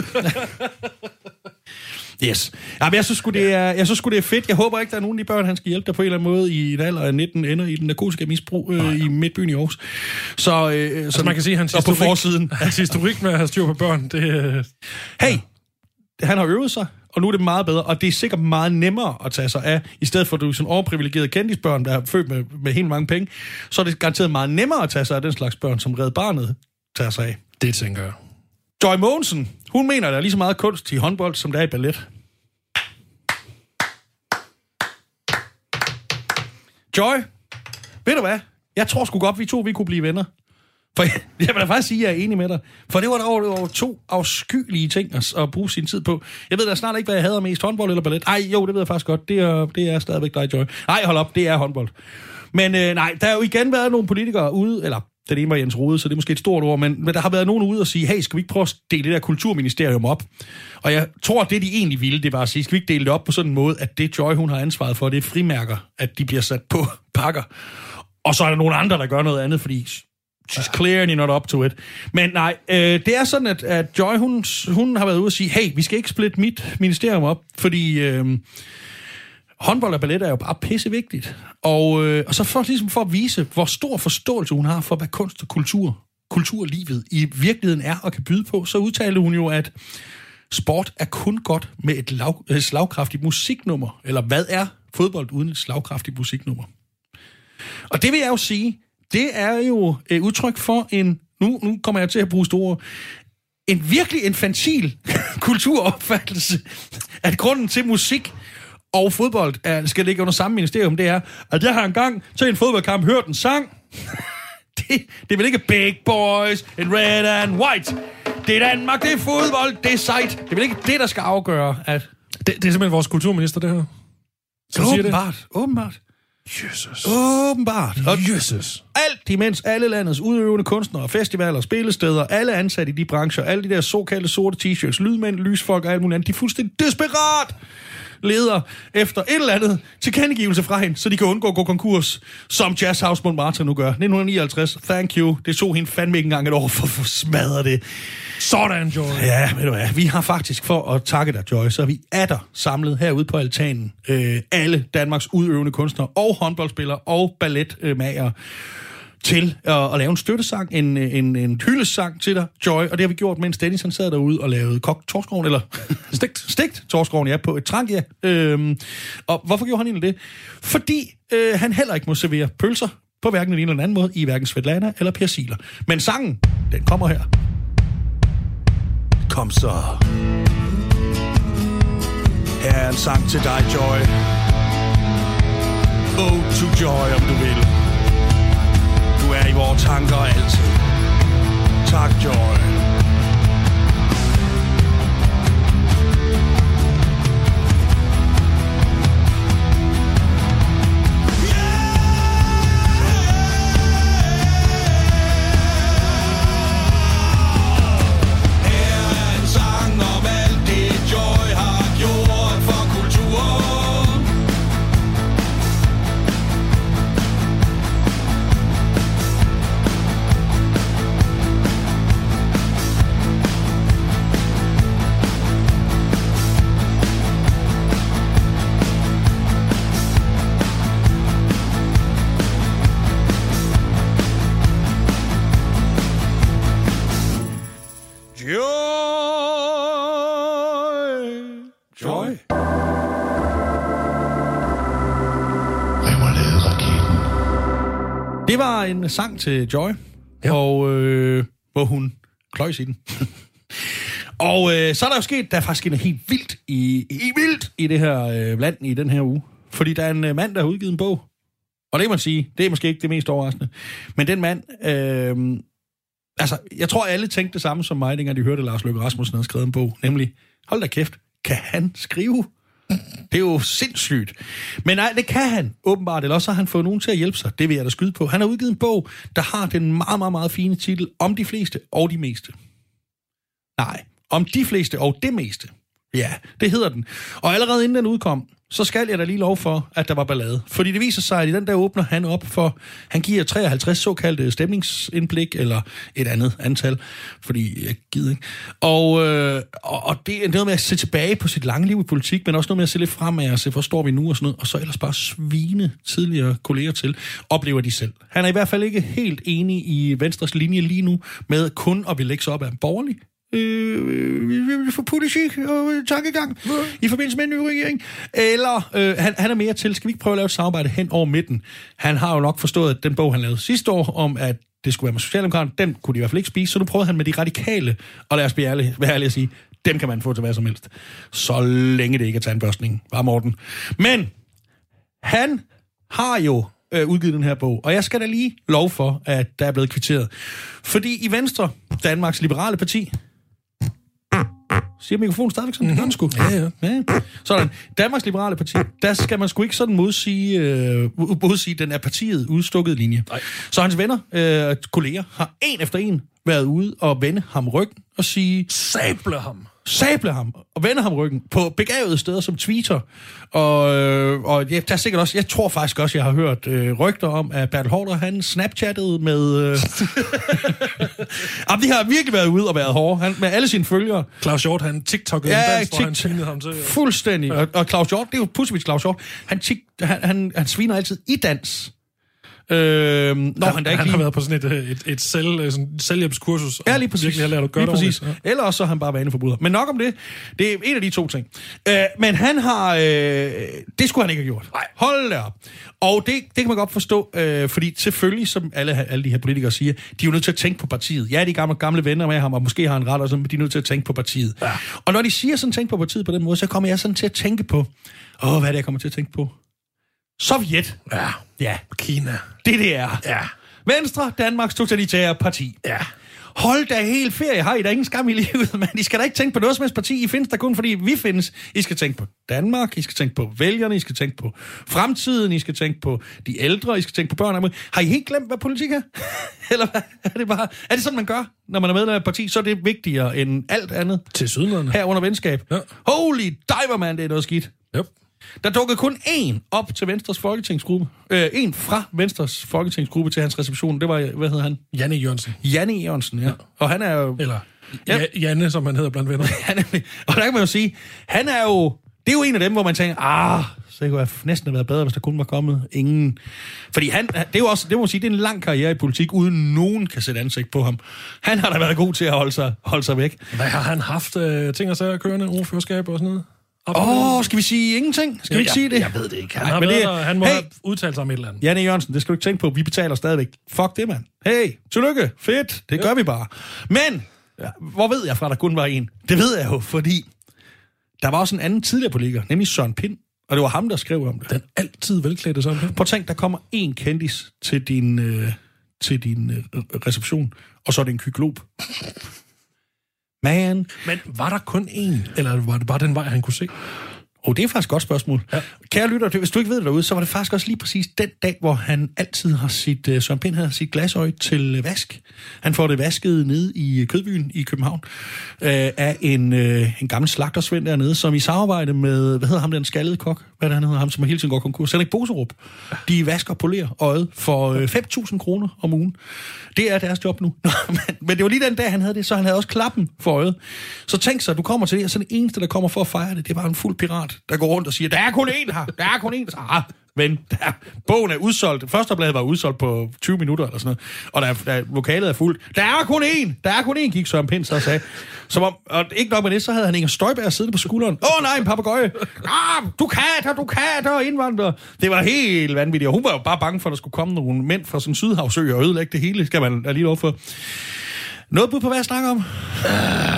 yes. Ja, men jeg synes sgu, det er, jeg synes sgu, det er fedt. Jeg håber ikke, der er nogen af de børn, han skal hjælpe dig på en eller anden måde i en alder af nitten, ender i den narkotiske misbrug øh, oh, ja. i Midtbyen i Aarhus. Så, øh, altså, man kan sige, hans historik, på forsiden. Hans historik med at have styr på børn, det... Øh, hey, han har øvet sig. Og nu er det meget bedre, og det er sikkert meget nemmere at tage sig af, i stedet for at du er sådan overprivilegerede kendisbørn, der er født med, med helt mange penge, så er det garanteret meget nemmere at tage sig af den slags børn, som Red Barnet tager sig af. Det tænker jeg. Joy Mogensen, hun mener, der er lige så meget kunst i håndbold, som der er i ballet. Joy, ved du hvad? Jeg tror sgu godt, vi to vi kunne blive venner. For jeg, jeg vil da faktisk sige, at jeg er enig med dig. For det var der over, over to afskyelige ting at, at bruge sin tid på. Jeg ved da snart ikke, hvad jeg hader mest, håndbold eller ballet. Ej, jo, det ved jeg faktisk godt. Det er, det er stadigvæk dig, Joy. Nej, hold op, det er håndbold. Men øh, nej, der er jo igen været nogle politikere ude, eller den ene var Jens Rode, så det er måske et stort ord, men, men der har været nogen ude og sige, hey, skal vi ikke prøve at dele det der kulturministerium op? Og jeg tror, at det, de egentlig ville, det var at sige, skal vi ikke dele det op på sådan en måde, at det Joy, hun har ansvaret for, det er frimærker, at de bliver sat på pakker. Og så er der nogle andre, der gør noget andet, fordi she's clearly not up to it. Men nej, øh, det er sådan, at, at Joy, hun, hun har været ude og sige, hey, vi skal ikke splitte mit ministerium op, fordi øh, håndbold og ballet er jo bare pissevigtigt. Og, øh, og så for, ligesom for at vise, hvor stor forståelse hun har for, hvad kunst og kultur, kulturlivet i virkeligheden er og kan byde på, så udtalte hun jo, at sport er kun godt med et, lav, et slagkraftigt musiknummer. Eller hvad er fodbold uden et slagkraftigt musiknummer? Og det vil jeg jo sige, det er jo et udtryk for en, nu, nu kommer jeg til at bruge store, en virkelig infantil kulturopfattelse, at grunden til musik og fodbold er, skal ligge under samme ministerium, det er, at jeg har engang til en fodboldkamp hørt en sang. det, det er vel ikke Big Boys in Red and White. Det er Danmark, det er fodbold, det er sejt. Det er vel ikke det, der skal afgøre, at... Det, det er simpelthen vores kulturminister, det her. Så åbenbart, det? åbenbart. Jesus. Åbenbart. Og Jesus. alt imens alle landets udøvende kunstnere, festivaler, spillesteder, alle ansatte i de brancher, alle de der såkaldte sorte t-shirts, lydmænd, lysfolk og alt muligt andet, de er fuldstændig desperat leder efter et eller andet tilkendegivelse fra hende, så de kan undgå at gå konkurs, som Jazz House Montmartre nu gør. nitten nioghalvtreds, thank you. Det tog hende fandme ikke engang et år for at få smadret det. Sådan, Joy. Ja, ved du hvad, vi har faktisk for at takke dig, Joy, så er vi atter samlet herude på altanen. Øh, alle Danmarks udøvende kunstnere og håndboldspillere og balletmager til at, at lave en støttesang, en, en, en hyldesang til dig, Joy, og det har vi gjort, mens Dennis han sad derude og lavede kogt torskroven, eller stegt, stegt torskroven, ja, på et trank, ja. Øhm, og hvorfor gjorde han egentlig det? Fordi øh, han heller ikke må servere pølser på hverken den ene eller den anden måde, i hverken Svetlana eller Persiler. Men sangen, den kommer her. Kom så. Her er en sang til dig, Joy. Oh, to Joy, om du vil. Du er i vores tanker altid. Tak, Joy. Det var en sang til Joy, ja. og øh, hvor hun kløjs i den. og øh, så er der jo sket, der er faktisk sket helt vildt i, i vildt i det her øh, land i den her uge. Fordi der er en øh, mand, der har udgivet en bog. Og det kan man sige, det er måske ikke det mest overraskende. Men den mand, øh, altså, jeg tror alle tænkte det samme som mig, dengang de hørte, Lars Løkke Rasmussen havde skrevet en bog. Nemlig, hold da kæft, kan han skrive? Det er jo sindssygt. Men nej, det kan han åbenbart, eller også har han fået nogen til at hjælpe sig. Det vil jeg da skyde på. Han har udgivet en bog, der har den meget, meget, meget fine titel Om de fleste og de meste. Nej, Om de fleste og det meste. Ja, det hedder den. Og allerede inden den udkom, så skal jeg da lige lov for, at der var ballade. Fordi det viser sig, at i den der åbner han op for, han giver treoghalvtreds såkaldte stemningsindblik, eller et andet antal, fordi jeg gider ikke. Og, øh, og det er noget med at se tilbage på sit lange liv i politik, men også noget med at se lidt fremad og se, hvor står vi nu og sådan noget, og så ellers bare svine tidligere kolleger til, oplever de selv. Han er i hvert fald ikke helt enig i Venstres linje lige nu, med kun at ville lægge sig op af en borgerlig øh, for politik og tankegang ja. i forbindelse med en ny regering. Eller øh, han, han er mere til, skal vi ikke prøve at lave et samarbejde hen over midten? Han har jo nok forstået, at den bog, han lavede sidste år, om at det skulle være med Socialdemokraterne, den kunne de i hvert fald ikke spise, så nu prøvede han med de radikale, og lad os blive ærlige, være ærlige at sige, dem kan man få til hvad som helst. Så længe det ikke er tandbørstning. Bare Morten. Men han har jo øh, udgivet den her bog. Og jeg skal da lige lov for, at der er blevet kvitteret. Fordi i Venstre, Danmarks Liberale Parti... Siger mikrofonen stadigvæk sådan? Mm-hmm. Det gør den sgu. Ja, ja. ja. Sådan. Danmarks Liberale Parti, der skal man sgu ikke sådan modsige, øh, modsige den af partiet udstukket linje. Nej. Så hans venner, øh, kolleger, har en efter en været ude og vende ham ryggen og sige... Sable ham. Sable ham og vende ham ryggen på begavede steder som Twitter. Og, øh, og ja, der er sikkert også... Jeg tror faktisk også, jeg har hørt øh, rygter om, at Bertel Haarder, han snapchattede med... Øh... Jamen, de har virkelig været ude og været hårde. Han, med alle sine følgere. Claus Hjort, han TikTok'ede ja, en dans, hvor han svinede ham til. Ja. Fuldstændig. Ja. Og, og Claus Hjort, det er jo pudsigt Claus Hjort. Han, han, han, han sviner altid i dans. Øh, når han, han, han, han lige... har været på sådan et, et, et selv, sådan selvhjælpskursus. Ja, lige præcis. Virkelig har lært at gøre lige præcis. Det ja. Eller også så er han bare vaneforbryder. Men nok om det. Det er en af de to ting. Øh, men han har... Øh, det skulle han ikke have gjort. Nej. Hold da op. Og det, det kan man godt forstå, øh, fordi selvfølgelig, som alle, alle de her politikere siger, de er jo nødt til at tænke på partiet. Ja, de gamle, gamle venner med ham, og måske har han ret, og sådan, men de er nødt til at tænke på partiet. Ja. Og når de siger sådan, tænk på partiet på den måde, så kommer jeg sådan til at tænke på... Åh, hvad er det, jeg kommer til at tænke på? Sovjet. Ja. Ja. Kina. Det det er. Ja. Venstre, Danmarks totalitære parti. Ja. Hold da helt ferie, har I da ingen skam i livet, men I skal da ikke tænke på noget som helst parti. I findes der kun, fordi vi findes. I skal tænke på Danmark, I skal tænke på vælgerne, I skal tænke på fremtiden, I skal tænke på de ældre, I skal tænke på børn. Har I helt glemt, hvad politik er? Eller hvad? Er det bare... Er det sådan, man gør, når man er medlem af et parti? Så er det vigtigere end alt andet. Til sydlandene. Her under venskab. Ja. Holy diver, man, det er noget skidt. Yep. Der dukkede kun én op til Venstres folketingsgruppe. Øh, en fra Venstres folketingsgruppe til hans reception. Det var, hvad hedder han? Janne Jørgensen. Janne Jørgensen, ja. Og han er jo... Eller ja. Janne, som han hedder blandt venner. Og der kan man jo sige, han er jo... Det er jo en af dem, hvor man tænker, ah, så kunne jeg næsten have været bedre, hvis der kun var kommet ingen. Fordi han, det er jo også, det må man sige, det er en lang karriere i politik, uden nogen kan sætte ansigt på ham. Han har da været god til at holde sig, holde sig væk. Hvad har han haft? Øh, ting og sager, kørende, ordførerskab og sådan noget? Åh, oh, skal vi sige ingenting? Skal jo, vi ikke jeg, sige det? Jeg ved det ikke. Han, Ej, har men det, det, der, han må hey, have udtalt sig om et eller andet. Janne Jørgensen, det skal du ikke tænke på. Vi betaler stadigvæk. Fuck det, mand. Hey, tillykke. Fedt. Det ja. gør vi bare. Men, ja, hvor ved jeg fra, der kun var en? Det ved jeg jo, fordi der var også en anden tidligere politiker, nemlig Søren Pind. Og det var ham, der skrev om det. Den altid velklædte Søren Pind. Prøv at tænk, der kommer en kendis til din, øh, til din øh, reception, og så er det en kyklop. Man. Men var der kun én, eller var det bare den vej, han kunne se? Og oh, det er faktisk et godt spørgsmål. Ja. Kære lytter, hvis du ikke ved det derude, så var det faktisk også lige præcis den dag, hvor han altid har sit, uh, Søren Pind har sit glasøje til uh, vask. Han får det vasket ned i Kødbyen i København uh, af en, uh, en gammel slagtersvend dernede, som i samarbejde med, hvad hedder ham, den skaldede kok? Hvad er det, han hedder? Ham, som hele tiden går konkurs. Henrik Boserup. De vasker og polerer øjet for uh, fem tusind kroner om ugen. Det er deres job nu. men, men det var lige den dag, han havde det, så han havde også klappen for øjet. Så tænk sig, at du kommer til det, og så det eneste, der kommer for at fejre det, det er bare en fuld pirat, der går rundt og siger, der er kun én her, der er kun én. Ah, men der, bogen er udsolgt. Førsteoplaget var udsolgt på tyve minutter eller sådan noget, og der, der, lokalet er fuldt. Der er kun én, der er kun én, gik Søren Pind så og sagde. Som om, og ikke nok med det, så havde han Inger Støjberg siddende på skulderen. Åh oh, nej, en papegøje. Ah, du katter, du katter, indvandrer. Det var helt vanvittigt, og hun var jo bare bange for, at der skulle komme nogle mænd fra sådan Sydhavsø og ødelægge det hele, skal man lige lov for. Noget bud på, hvad jeg snakker om? Uh,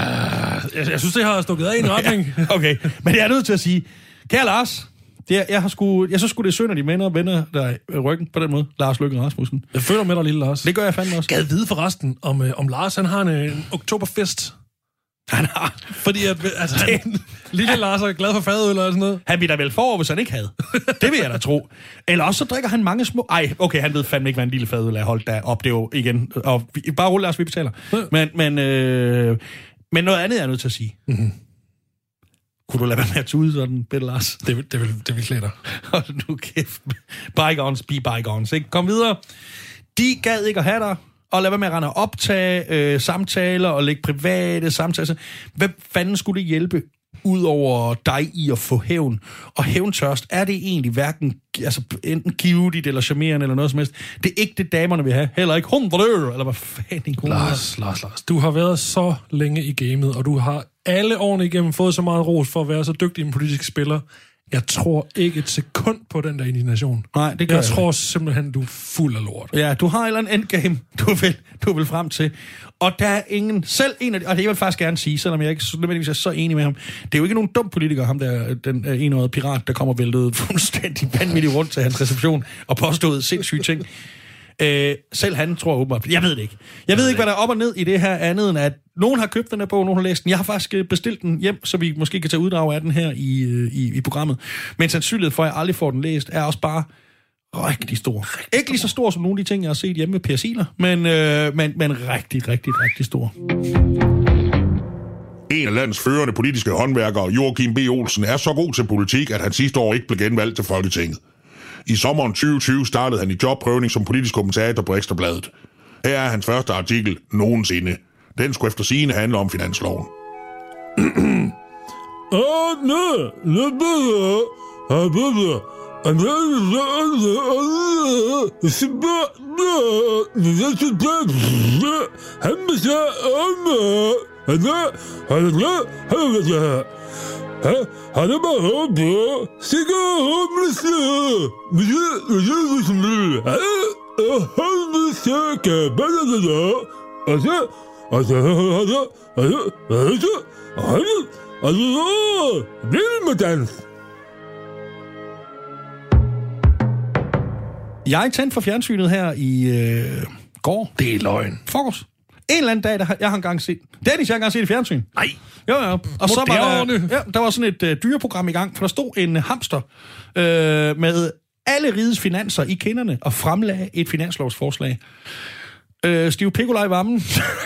jeg, jeg synes, det har stukket af i en retning. Ja, okay, men jeg er nødt til at sige, kære Lars, det er, jeg, har sgu, jeg synes sgu, det er synd, at de mænd og venner der ryggen på den måde. Lars Løkke Rasmussen. Jeg føler med dig, lille Lars. Det gør jeg fandme også. Gad vide forresten, om, øh, om Lars han har en, en oktoberfest. Han har. Fordi at, altså, han, lille Lars er glad for fadøl og sådan noget. Han bliver da vel for, hvis han ikke havde. Det vil jeg da tro. Eller også så drikker han mange små... Ej, okay, han ved fandme ikke, hvad en lille fadøl er. Hold da op, det er jo igen... Og bare rulle os, vi betaler. Ja. Men, men, øh, men noget andet er jeg nødt til at sige. Mm-hmm. Kunne du lade være med at tude sådan, Bette Lars? Det, det, vil, det vil klæde dig. Hold nu kæft. Bygons, be bygons, ikke? Kom videre. De gad ikke at have dig. Og lad være med at rende og optage øh, samtaler og lægge private samtaler. Hvad fanden skulle det hjælpe ud over dig i at få hævn? Og hævntørst, er det egentlig hverken altså, enten givetigt eller charmerende eller noget som helst? Det er ikke det, damerne vil have. Heller ikke hundrede øre, eller hvad fanden kunne Lars, Lars, Lars. Du har været så længe i gamet, og du har alle årene igennem fået så meget ros for at være så dygtig en politisk spiller, Jeg tror ikke et sekund på den der indignation. Nej, det gør jeg. jeg tror simpelthen, du er fuld af lort. Ja, du har et eller andet endgame, du vil, du vil frem til. Og der er ingen, selv en af de, og det vil jeg faktisk gerne sige, selvom jeg ikke nødvendigvis er så enig med ham, det er jo ikke nogen dum politiker, ham der, den enårige pirat, der kommer væltet fuldstændig vanvittigt rundt til hans reception og påstået sindssyge ting. Øh, selv han tror åbenbart. Jeg ved det ikke. Jeg ved ikke, hvad der er op og ned i det her andet, end at nogen har købt den her bog, nogen har læst den. Jeg har faktisk bestilt den hjem, så vi måske kan tage uddrag af den her i, i, i programmet. Men sandsynligheden for, at jeg aldrig får den læst, er også bare rigtig stor. Rigtig ikke lige så stor som nogle af de ting, jeg har set hjemme med Per Siler, men, øh, men, men rigtig, rigtig, rigtig stor. En af landets førende politiske håndværkere, Joachim B. Olsen, er så god til politik, at han sidste år ikke blev genvalgt til Folketinget. I sommeren tyve tyve startede han i jobprøvning som politisk kommentator på Ekstra Bladet. Her er hans første artikel nogensinde. Den skulle efter sigende handle om finansloven. Han er bare oppe, sikker humlese, miljø, og humlese, kabelerne, og så, og så, og så, og så, og så, og så, og så, vild med dans. Jeg tændte for fjernsynet her i øh, går. Det er løgn. Fokus. En eller anden dag, der har, jeg har engang set... Dennis, jeg har engang set i fjernsyn. Nej. Jo, ja. Og så var der, ja, der var sådan et øh, dyreprogram i gang, for der stod en hamster øh, med alle rigets finanser i kinderne og fremlagde et finanslovsforslag. Øh, Stiv Pikolaj Vammen.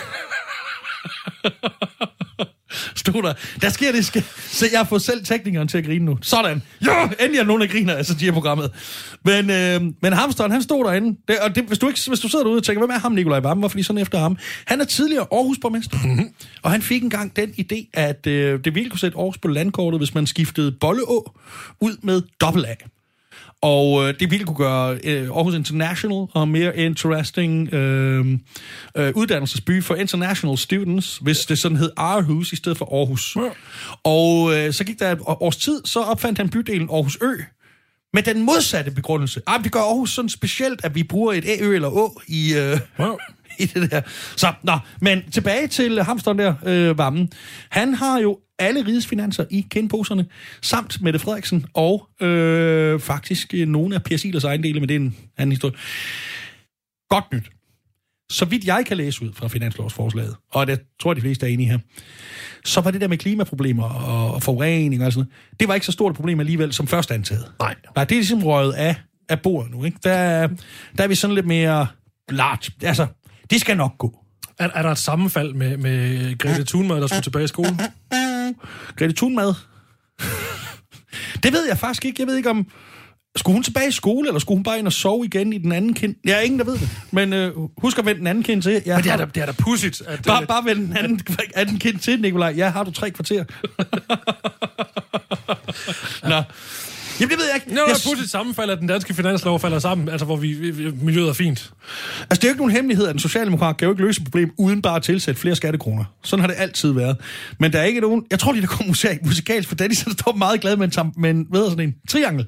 Stod der. Der sker det. Sker. Så jeg har fået selv teknikeren til at grine nu. Sådan. Jo, endelig er nogen, der griner af satirprogrammet. Men, øh, men hamsteren, han stod derinde. Det, og det, hvis, du ikke, hvis du sidder derude og tænker, hvem er ham, Nikolaj Vammen? Hvorfor lige sådan efter ham? Han er tidligere Aarhus-borgmester. Mm-hmm. Og han fik engang den idé, at øh, det ville kunne sætte Aarhus på landkortet, hvis man skiftede Bolleå ud med dobbelt A. Og øh, det ville kunne gøre øh, Aarhus International og mere interesting øh, øh, uddannelsesby for international students, hvis det sådan hed Aarhus i stedet for Aarhus. Ja. Og øh, så gik der et års tid, så opfandt han bydelen Aarhus Ø med den modsatte begrundelse. Ah, det gør Aarhus sådan specielt, at vi bruger et A, Ø eller Å i... Øh, ja. i det der. Så, nå, men tilbage til hamsteren der, øh, Vammen. Han har jo alle rigets finanser i kindposerne, samt Mette Frederiksen og øh, faktisk øh, nogle af Per Silers ejendele, men det er en anden historie. Godt nyt. Så vidt jeg kan læse ud fra finanslovsforslaget, og det tror jeg, de fleste er enige her, så var det der med klimaproblemer og, og forurening og sådan noget, det var ikke så stort et problem alligevel som først antaget. Nej. Nej, det er ligesom røget af, af bordet nu, ikke? Der, der er vi sådan lidt mere large. Altså, det skal nok gå. Er, er der et sammenfald med, med Grete Thunberg, der skulle tilbage i skole? Grete Thunberg? Det ved jeg faktisk ikke. Jeg ved ikke om... Skulle hun tilbage i skole, eller skulle hun bare ind og sove igen i den anden kind? Jeg er ingen, der ved det. Men øh, husk at vende den anden kind til. Jeg Men det er har... da, det er da pudsigt. At bare, det... bare vende den anden, anden kind til, Nikolaj. Ja, har du tre kvarter? Nå. Jamen, det ved jeg ikke. Nå, det er pudsigt sammenfald, at den danske finanslov falder sammen, altså hvor vi, vi, miljøet er fint. Altså, det er jo ikke nogen hemmelighed, at den socialdemokrat kan jo ikke løse et problem, uden bare at tilsætte flere skattekroner. Sådan har det altid været. Men der er ikke nogen... Jeg tror lige, der kommer musik, musikalsk, for Dennis står meget glad med en, tam, med en, hvad sådan en triangel.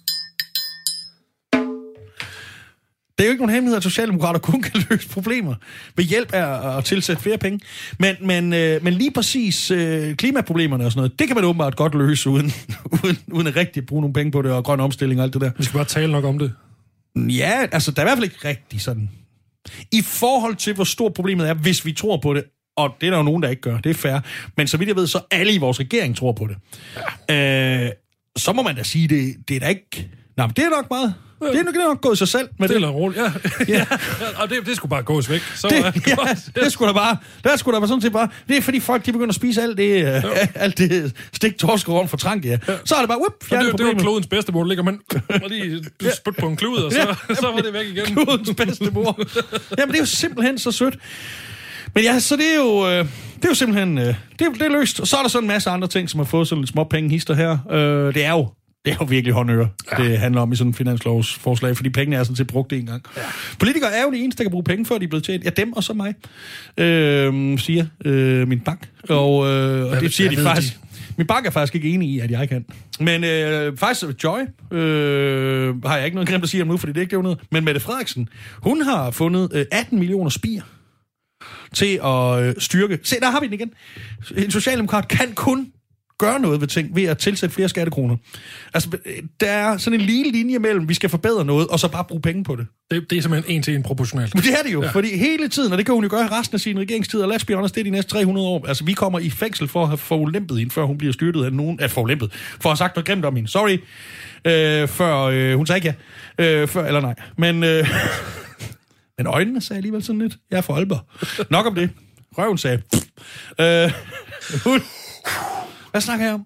Det er jo ikke nogen hemmelighed, at socialdemokrater kun kan løse problemer ved hjælp af at tilsætte flere penge. Men, men, øh, men lige præcis øh, klimaproblemerne og sådan noget, det kan man åbenbart godt løse, uden, uden, uden at rigtig bruge nogle penge på det, og grøn omstilling og alt det der. Vi skal bare tale nok om det. Ja, altså der er i hvert fald ikke rigtig sådan. I forhold til, hvor stort problemet er, hvis vi tror på det, og det er der jo nogen, der ikke gør, det er fair, men så vidt jeg ved, så alle i vores regering tror på det. Ja. Øh, så må man da sige, det, det er da ikke... Nej, men det er nok meget... Det er nok, det er nok gået sig selv med det. Det er roligt, ja. ja. Og det, det skulle bare gås væk. Så, det, ja, det skulle da bare, det skulle da bare sådan set bare, det er fordi folk, de begynder at spise alt det, ja. alt det stik torskerovn for trank, ja. Så er det bare, whoop, fjerne det, problemet. Det var klodens bedstemor, der ligger man og lige spyt på en klud, og så, ja. så var det væk igen. Klodens bedstemor. Jamen, det er jo simpelthen så sødt. Men ja, så det er jo, øh, det er jo simpelthen, øh, det, er, det er løst. Og så er der sådan en masse andre ting, som har fået sådan lidt små penge hister her. Øh, det er jo Det er jo virkelig håndøre, ja. Det handler om i sådan en finanslovsforslag, fordi pengene er sådan set brugt en gang. Ja. Politikere er jo de eneste, der kan bruge penge, før de er blevet tjent. Ja, dem og så mig, øh, siger øh, min bank. Og, øh, og det siger de faktisk... De. Min bank er faktisk ikke enig i, at jeg kan. Men øh, faktisk Joy øh, har jeg ikke noget grimt at sige om nu, fordi det ikke er noget. Men Mette Frederiksen, hun har fundet øh, atten millioner spier til at øh, styrke. Se, der har vi den igen. En socialdemokrat kan kun gøre noget ved ting ved at tilsætte flere skattekroner. Altså, der er sådan en lige linje mellem, vi skal forbedre noget, og så bare bruge penge på det. Det, det er simpelthen en til en proportionalt. Men det er det jo, ja. Fordi hele tiden, og det kan hun jo gøre resten af sin regeringstid, og let's be honest, det er de næste tre hundrede år. Altså, vi kommer i fængsel for at have forulæmpet hende, før hun bliver styrtet af nogen, at forulæmpet, for at have sagt noget grimt om hende. Sorry, øh, før øh, hun sagde ikke ja, øh, før, eller nej. Men, øh, men øjnene sagde alligevel sådan lidt, jeg er for Aalborg. Nok om det. Røven sagde, øh, hun, hvad snakker jeg om?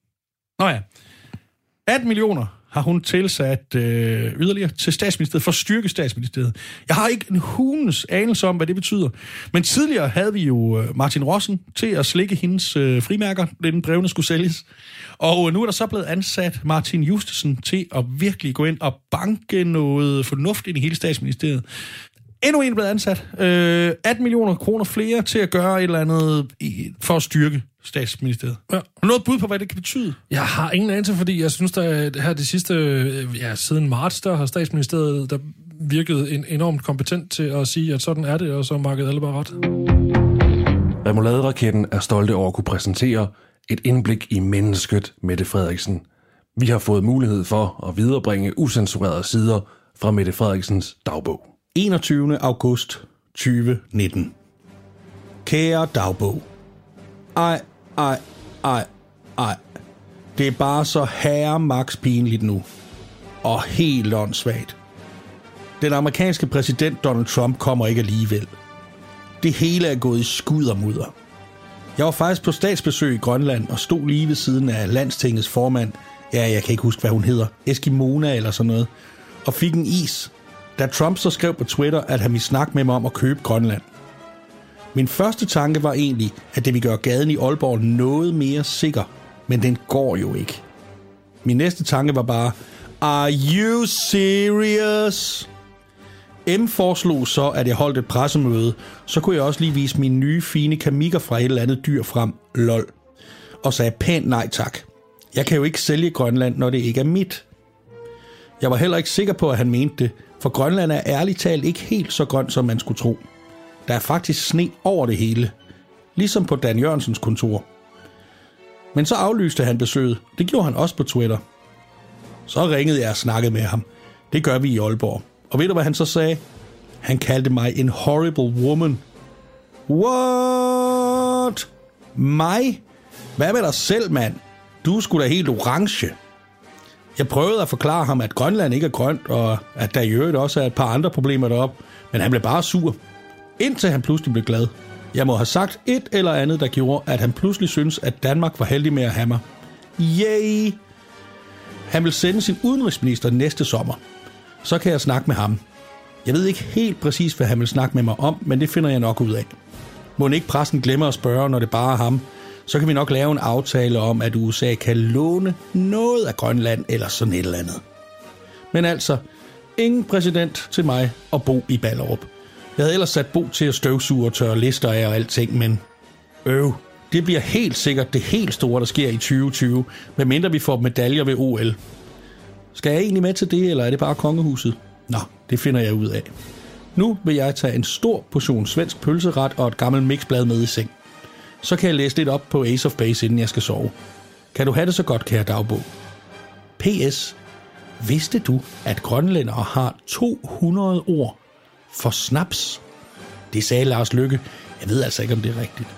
Nå ja. atten millioner har hun tilsat øh, yderligere til statsministeriet for at styrke statsministeriet. Jeg har ikke en hundes anelse om, hvad det betyder. Men tidligere havde vi jo Martin Rossen til at slikke hendes øh, frimærker, inden brevene skulle sælges. Og nu er der så blevet ansat Martin Justesen til at virkelig gå ind og banke noget fornuft ind i hele statsministeriet. Endnu en er blevet ansat. Øh, atten millioner kroner flere til at gøre et eller andet i, for at styrke statsministeriet. Ja. Noget bud på, hvad det kan betyde? Jeg har ingen anelse, fordi jeg synes, at her de sidste, ja, siden marts, der har statsministeriet der virket en, enormt kompetent til at sige, at sådan er det, og så markedet alle bare ret. Remoulade-raketten er stolte over at kunne præsentere et indblik i mennesket Mette Frederiksen. Vi har fået mulighed for at viderebringe usensurerede sider fra Mette Frederiksens dagbog. enogtyvende august tyve nitten. Kære dagbog. Ej, ej, ej, ej. Det er bare så herre max pinligt nu. Og helt åndssvagt. Den amerikanske præsident Donald Trump kommer ikke alligevel. Det hele er gået i skud og mudder. Jeg var faktisk på statsbesøg i Grønland og stod lige ved siden af landstingets formand. Ja, jeg kan ikke huske, hvad hun hedder. Eskimona eller sådan noget. Og fik en is, da Trump så skrev på Twitter, at han ville snakke med mig om at købe Grønland. Min første tanke var egentlig, at det ville gøre gaden i Aalborg noget mere sikker, men den går jo ikke. Min næste tanke var bare, are you serious? M foreslog så, at jeg holdt et pressemøde, så kunne jeg også lige vise mine nye fine kamikker fra et eller andet dyr frem, lol, og sagde pænt nej tak. Jeg kan jo ikke sælge Grønland, når det ikke er mit. Jeg var heller ikke sikker på, at han mente det, for Grønland er ærligt talt ikke helt så grønt, som man skulle tro. Der er faktisk sne over det hele, ligesom på Dan Jørgensens kontor. Men så aflyste han besøget. Det gjorde han også på Twitter. Så ringede jeg og snakkede med ham. Det gør vi i Aalborg. Og ved du, hvad han så sagde? Han kaldte mig en horrible woman. What? Mig? Hvad med dig selv, mand? Du er sgu da helt orange. Jeg prøvede at forklare ham, at Grønland ikke er grønt, og at der i øvrigt også er et par andre problemer deroppe, men han blev bare sur. Indtil han pludselig blev glad. Jeg må have sagt et eller andet, der gjorde, at han pludselig synes, at Danmark var heldig med at have mig. Yay! Han vil sende sin udenrigsminister næste sommer. Så kan jeg snakke med ham. Jeg ved ikke helt præcis, hvad han vil snakke med mig om, men det finder jeg nok ud af. Må ikke pressen glemme at spørge, når det bare er ham, så kan vi nok lave en aftale om, at U S A kan låne noget af Grønland eller sådan et eller andet. Men altså, ingen præsident til mig og Bo i Ballerup. Jeg havde ellers sat Bo til at støvsuge og tørre lister af og alting, men øv, det bliver helt sikkert det helt store, der sker i tyve tyve, medmindre vi får medaljer ved O L. Skal jeg egentlig med til det, eller er det bare kongehuset? Nå, det finder jeg ud af. Nu vil jeg tage en stor portion svensk pølseret og et gammelt mixblad med i seng. Så kan jeg læse lidt op på Ace of Base, inden jeg skal sove. Kan du have det så godt, kære dagbog? P S. Vidste du, at grønlændere har to hundrede ord for snaps? Det sagde Lars Løkke. Jeg ved altså ikke, om det er rigtigt.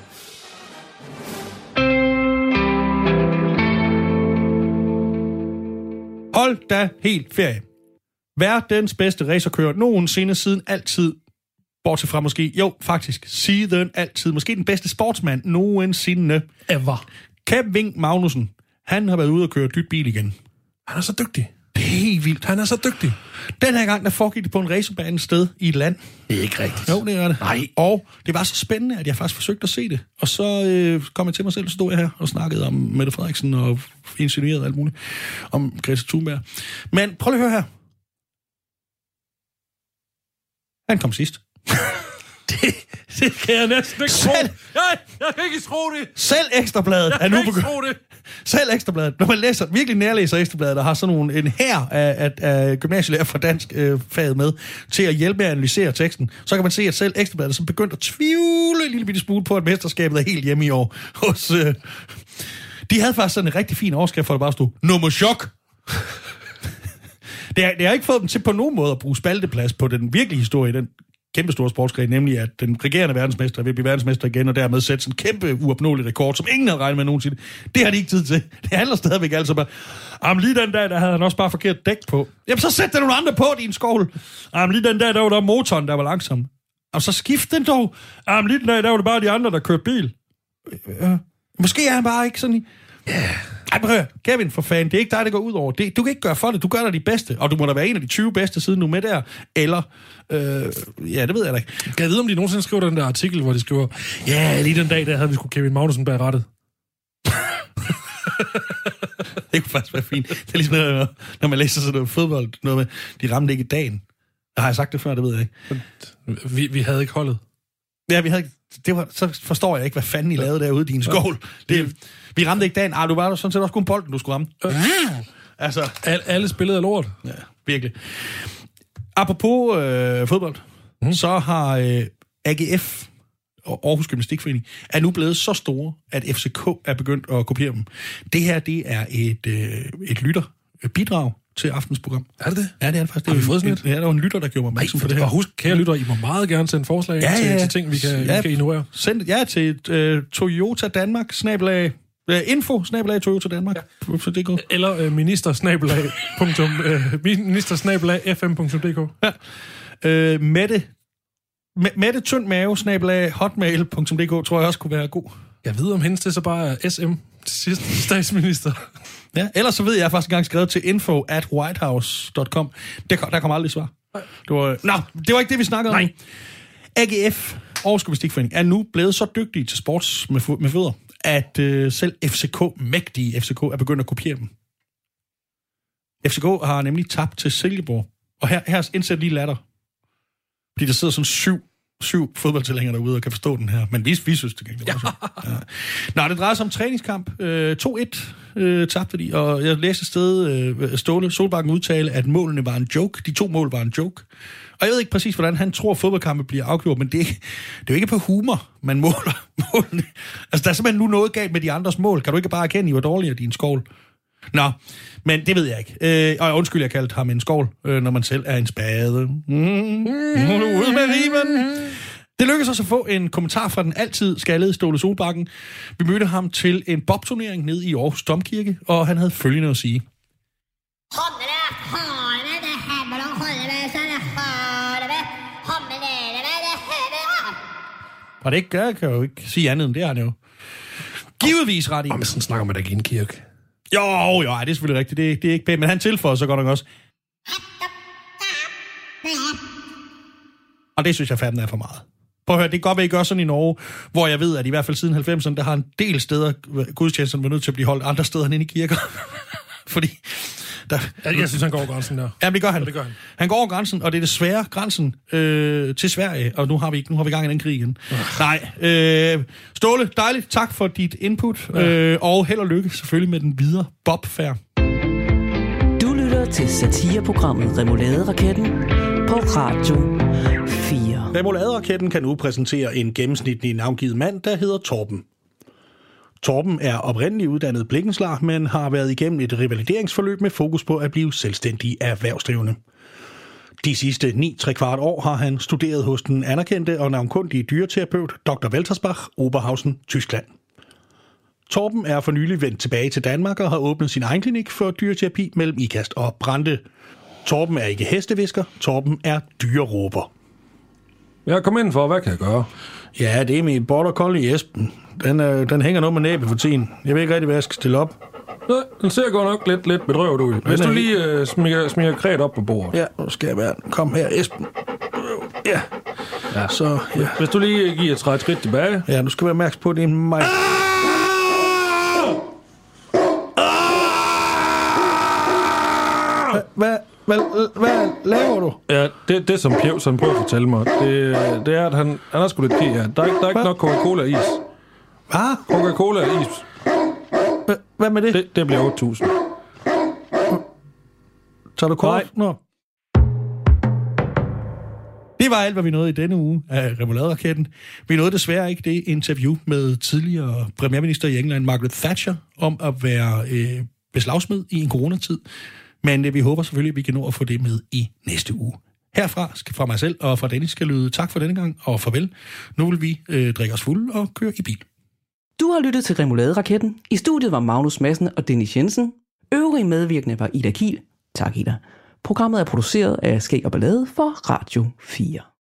Hold da helt ferie. Verdens bedste racerkører nogensinde siden altid. Bortset fra måske, jo faktisk, siden altid. Måske den bedste sportsmand nogensinde. Ever. Kevin Magnussen, han har været ude og køre dybt bil igen. Han er så dygtig. Det er helt vildt. Han er så dygtig. Den her gang, der foregik det på en racerbane et sted i et land. Det er ikke rigtigt. Jo, det er det. Nej. Og det var så spændende, at jeg faktisk forsøgte at se det. Og så øh, kom jeg til mig selv, så stod jeg her og snakkede om Mette Frederiksen og insinuerede alt muligt om Greta Thunberg. Men prøv lige at høre her. Han kom sidst. det, det kan jeg næsten ikke tro. Selv, jeg, jeg kan ikke tro det. Selv Ekstrabladet jeg er nu kan ikke begyndt. tro det. selv Ekstrabladet, når man læser, virkelig nærlæser Ekstrabladet, der har sådan nogle, en hær af, af, af gymnasielærer fra dansk øh, faget med, til at hjælpe med at analysere teksten, så kan man se, at selv Ekstrabladet er begyndt at tvivle en lille bitte smule på, at mesterskabet er helt hjemme i år. Hos, øh, de havde faktisk sådan en rigtig fin overskrift, for det bare stod, nummer chok. det, har, det har ikke fået dem til på nogen måde at bruge spalteplads på den virkelige historie, den kæmpe store sportsgren, nemlig at den regerende verdensmester vil blive verdensmester igen, og dermed sætte sådan en kæmpe uopnåelig rekord, som ingen havde regnet med nogensinde. Det har de ikke tid til. Det handler stadigvæk altså bare, jamen lige den dag, der havde han også bare forkert dæk på. Jamen så sæt der nogle andre på din skål. Jamen lige den dag, der var der motoren, der var langsom. Og så skift den dog. Jamen lige den dag, der var det bare de andre, der kørte bil. Øh, måske er han bare ikke sådan i... Yeah. Ej, prøv, Kevin, for fanden, det er ikke dig, der går ud over. Det, du kan ikke gøre for det, du gør dig de bedste, og du må da være en af de tyve bedste siden du er med der, eller, øh, ja, det ved jeg da ikke. Kan jeg vide, om de nogensinde skriver den der artikel, hvor de skriver, ja, lige den dag, der havde vi sgu Kevin Magnussen bag rattet. Det kunne faktisk være fint. Det er ligesom, når, når man læser sådan noget fodbold, noget med, de ramte ikke i dagen. Jeg har sagt det før, det ved jeg ikke. Vi, vi havde ikke holdet. Ja, vi havde det var, så forstår jeg ikke, hvad fanden I lavede derude i din skål. Det, vi ramte ikke dagen. Ah, du var sådan set også kun bolden, du skulle ramme. Øh. Altså, Al, alle spillede af lort. Ja, virkelig. Apropos øh, fodbold, mm. så har øh, A G F og Aarhus Gymnastikforening er nu blevet så store, at F C K er begyndt at kopiere dem. Det her, det er et, øh, et lytterbidrag til aftens program. Er det det? Ja, det er det faktisk. Har vi fået sådan et? Ja, der var en lytter, der gjorde mig opmærksom på det her. Og husk, kære lytter, I må meget gerne sende forslag ja, ja, ja. Til, til ting, vi kan, ja, vi kan ignorere. Send ja til uh, Toyota Danmark, snabelag, uh, info, snabelag Toyota Danmark. Ja. Så det går. Eller uh, minister, snabelag, punktum, uh, minister, snabelag, fm punktum d k. Ja. Uh, Mette, Mette tynd mave, snabelag, hotmail punktum d k, tror jeg også kunne være god. Jeg ved, om hendes det så bare er S M til sidst statsminister. Ja, ellers så ved jeg, jeg har faktisk engang skrevet til info at whitehouse punktum com. Der, der kom aldrig svar. Det var, nå, det var ikke det, vi snakkede Nej. om. A G F, Aarhus Gymnastikforening, er nu blevet så dygtige til sports med, med fødder, at øh, selv F C K, mægtige F C K, er begyndt at kopiere dem. F C K har nemlig tabt til Silkeborg. Og her, her indsæt lige latter. Fordi der sidder sådan syv syv fodboldtilhængere derude og kan forstå den her. Men vi, vi synes det gik. Ja. Ja. Nå, det drejer sig om træningskamp. Øh, to et øh, tabte de, og jeg læste et sted øh, Ståle Solbakken udtale, at målene var en joke. De to mål var en joke. Og jeg ved ikke præcis, hvordan han tror, at fodboldkampe bliver afgjort, men det, det er jo ikke på humor, man måler målene. Altså, der er simpelthen nu noget galt med de andres mål. Kan du ikke bare erkende, at I var dårligere din skål? Nå, men det ved jeg ikke. Øh, og undskyld, jeg kaldte ham en skål, øh, når man selv er en spade. Mm. Mm. Ud med riven. Det lykkedes os at få en kommentar fra den altid skaldede Ståle Solbakken. Vi mødte ham til en bobturnering nede i Aarhus Domkirke, og han havde følgende at sige. Og det ikke, jeg kan jo ikke sige andet end det, han jo givetvis ret i. Men sådan snakker man da ikke i en kirke. Jo, jo, det er selvfølgelig rigtigt. Det, det er ikke pænt, men han tilføjer så godt nok også. Og det synes jeg fandme er for meget. Prøv at høre, det kan godt være, I gør sådan i Norge, hvor jeg ved, at i hvert fald siden halvfemserne, der har en del steder, gudstjenesterne været nødt til at blive holdt andre steder end inde i kirker. Fordi... Der, jeg synes, han går over grænsen der. Ja, det gør han. Ja, det gør han. Han går over grænsen, og det er desværre grænsen øh, til Sverige, og nu har vi ikke, nu har vi gang i den krig igen. Uh. Nej, øh, Ståle, dejligt. Tak for dit input, ja. øh, og held og lykke selvfølgelig med den videre Bob-færd. Du lytter til satireprogrammet Remouladeraketten på Radio fire. Remouladeraketten kan nu præsentere en gennemsnitlig navngivet mand, der hedder Torben. Torben er oprindeligt uddannet blikkenslar, men har været igennem et revalideringsforløb med fokus på at blive selvstændig erhvervsdrivende. De sidste ni tre kvart år har han studeret hos den anerkendte og navnkundige dyreterapeut doktor Weltersbach, Oberhausen, Tyskland. Torben er for nylig vendt tilbage til Danmark og har åbnet sin egen klinik for dyreterapi mellem Ikast og Brande. Torben er ikke hestevisker, Torben er dyreråber. Jeg kom ind for, hvad kan jeg gøre? Ja, det er min border collie Esben. Den, øh, den hænger noget med næbet for tiden. Jeg ved ikke rigtig, hvad jeg skal stille op. Nej, den ser godt nok lidt, lidt bedrøvet ud. Hvis du lige øh, smiger, smiger kræt op på bordet. Ja, nu skal jeg være. Kom her, Esben. Ja. Ja. Så, ja. Hvis du lige giver et træt skridt tilbage. Ja, nu skal vi være opmærksom på, at det er mig. Hvad, hvad, hvad laver du? Ja, det, det som Pjevsen prøver at fortælle mig, det, det er, at han, han har sgu lidt kig her. Der er, der er ikke nok Coca-Cola is. Hvad? Coca-Cola is. Hvad med det? Det, det bliver otte tusind. Tager du kort? Nej. Nå. Det var alt, hvad vi nåede i denne uge af Remouladeraketten. Vi nåede desværre ikke det interview med tidligere premierminister i England, Margaret Thatcher, om at være øh, beslagsmed i en coronatid. Men øh, vi håber selvfølgelig, at vi kan nå at få det med i næste uge. Herfra, fra mig selv og fra Dennis, skal lyde tak for denne gang, og farvel. Nu vil vi øh, drikke os fulde og køre i bil. Du har lyttet til Remouladeraketten. I studiet var Magnus Madsen og Dennis Jensen. Øvrige medvirkende var Ida Kiel. Tak, Ida. Programmet er produceret af Skæg og Ballade for Radio fire.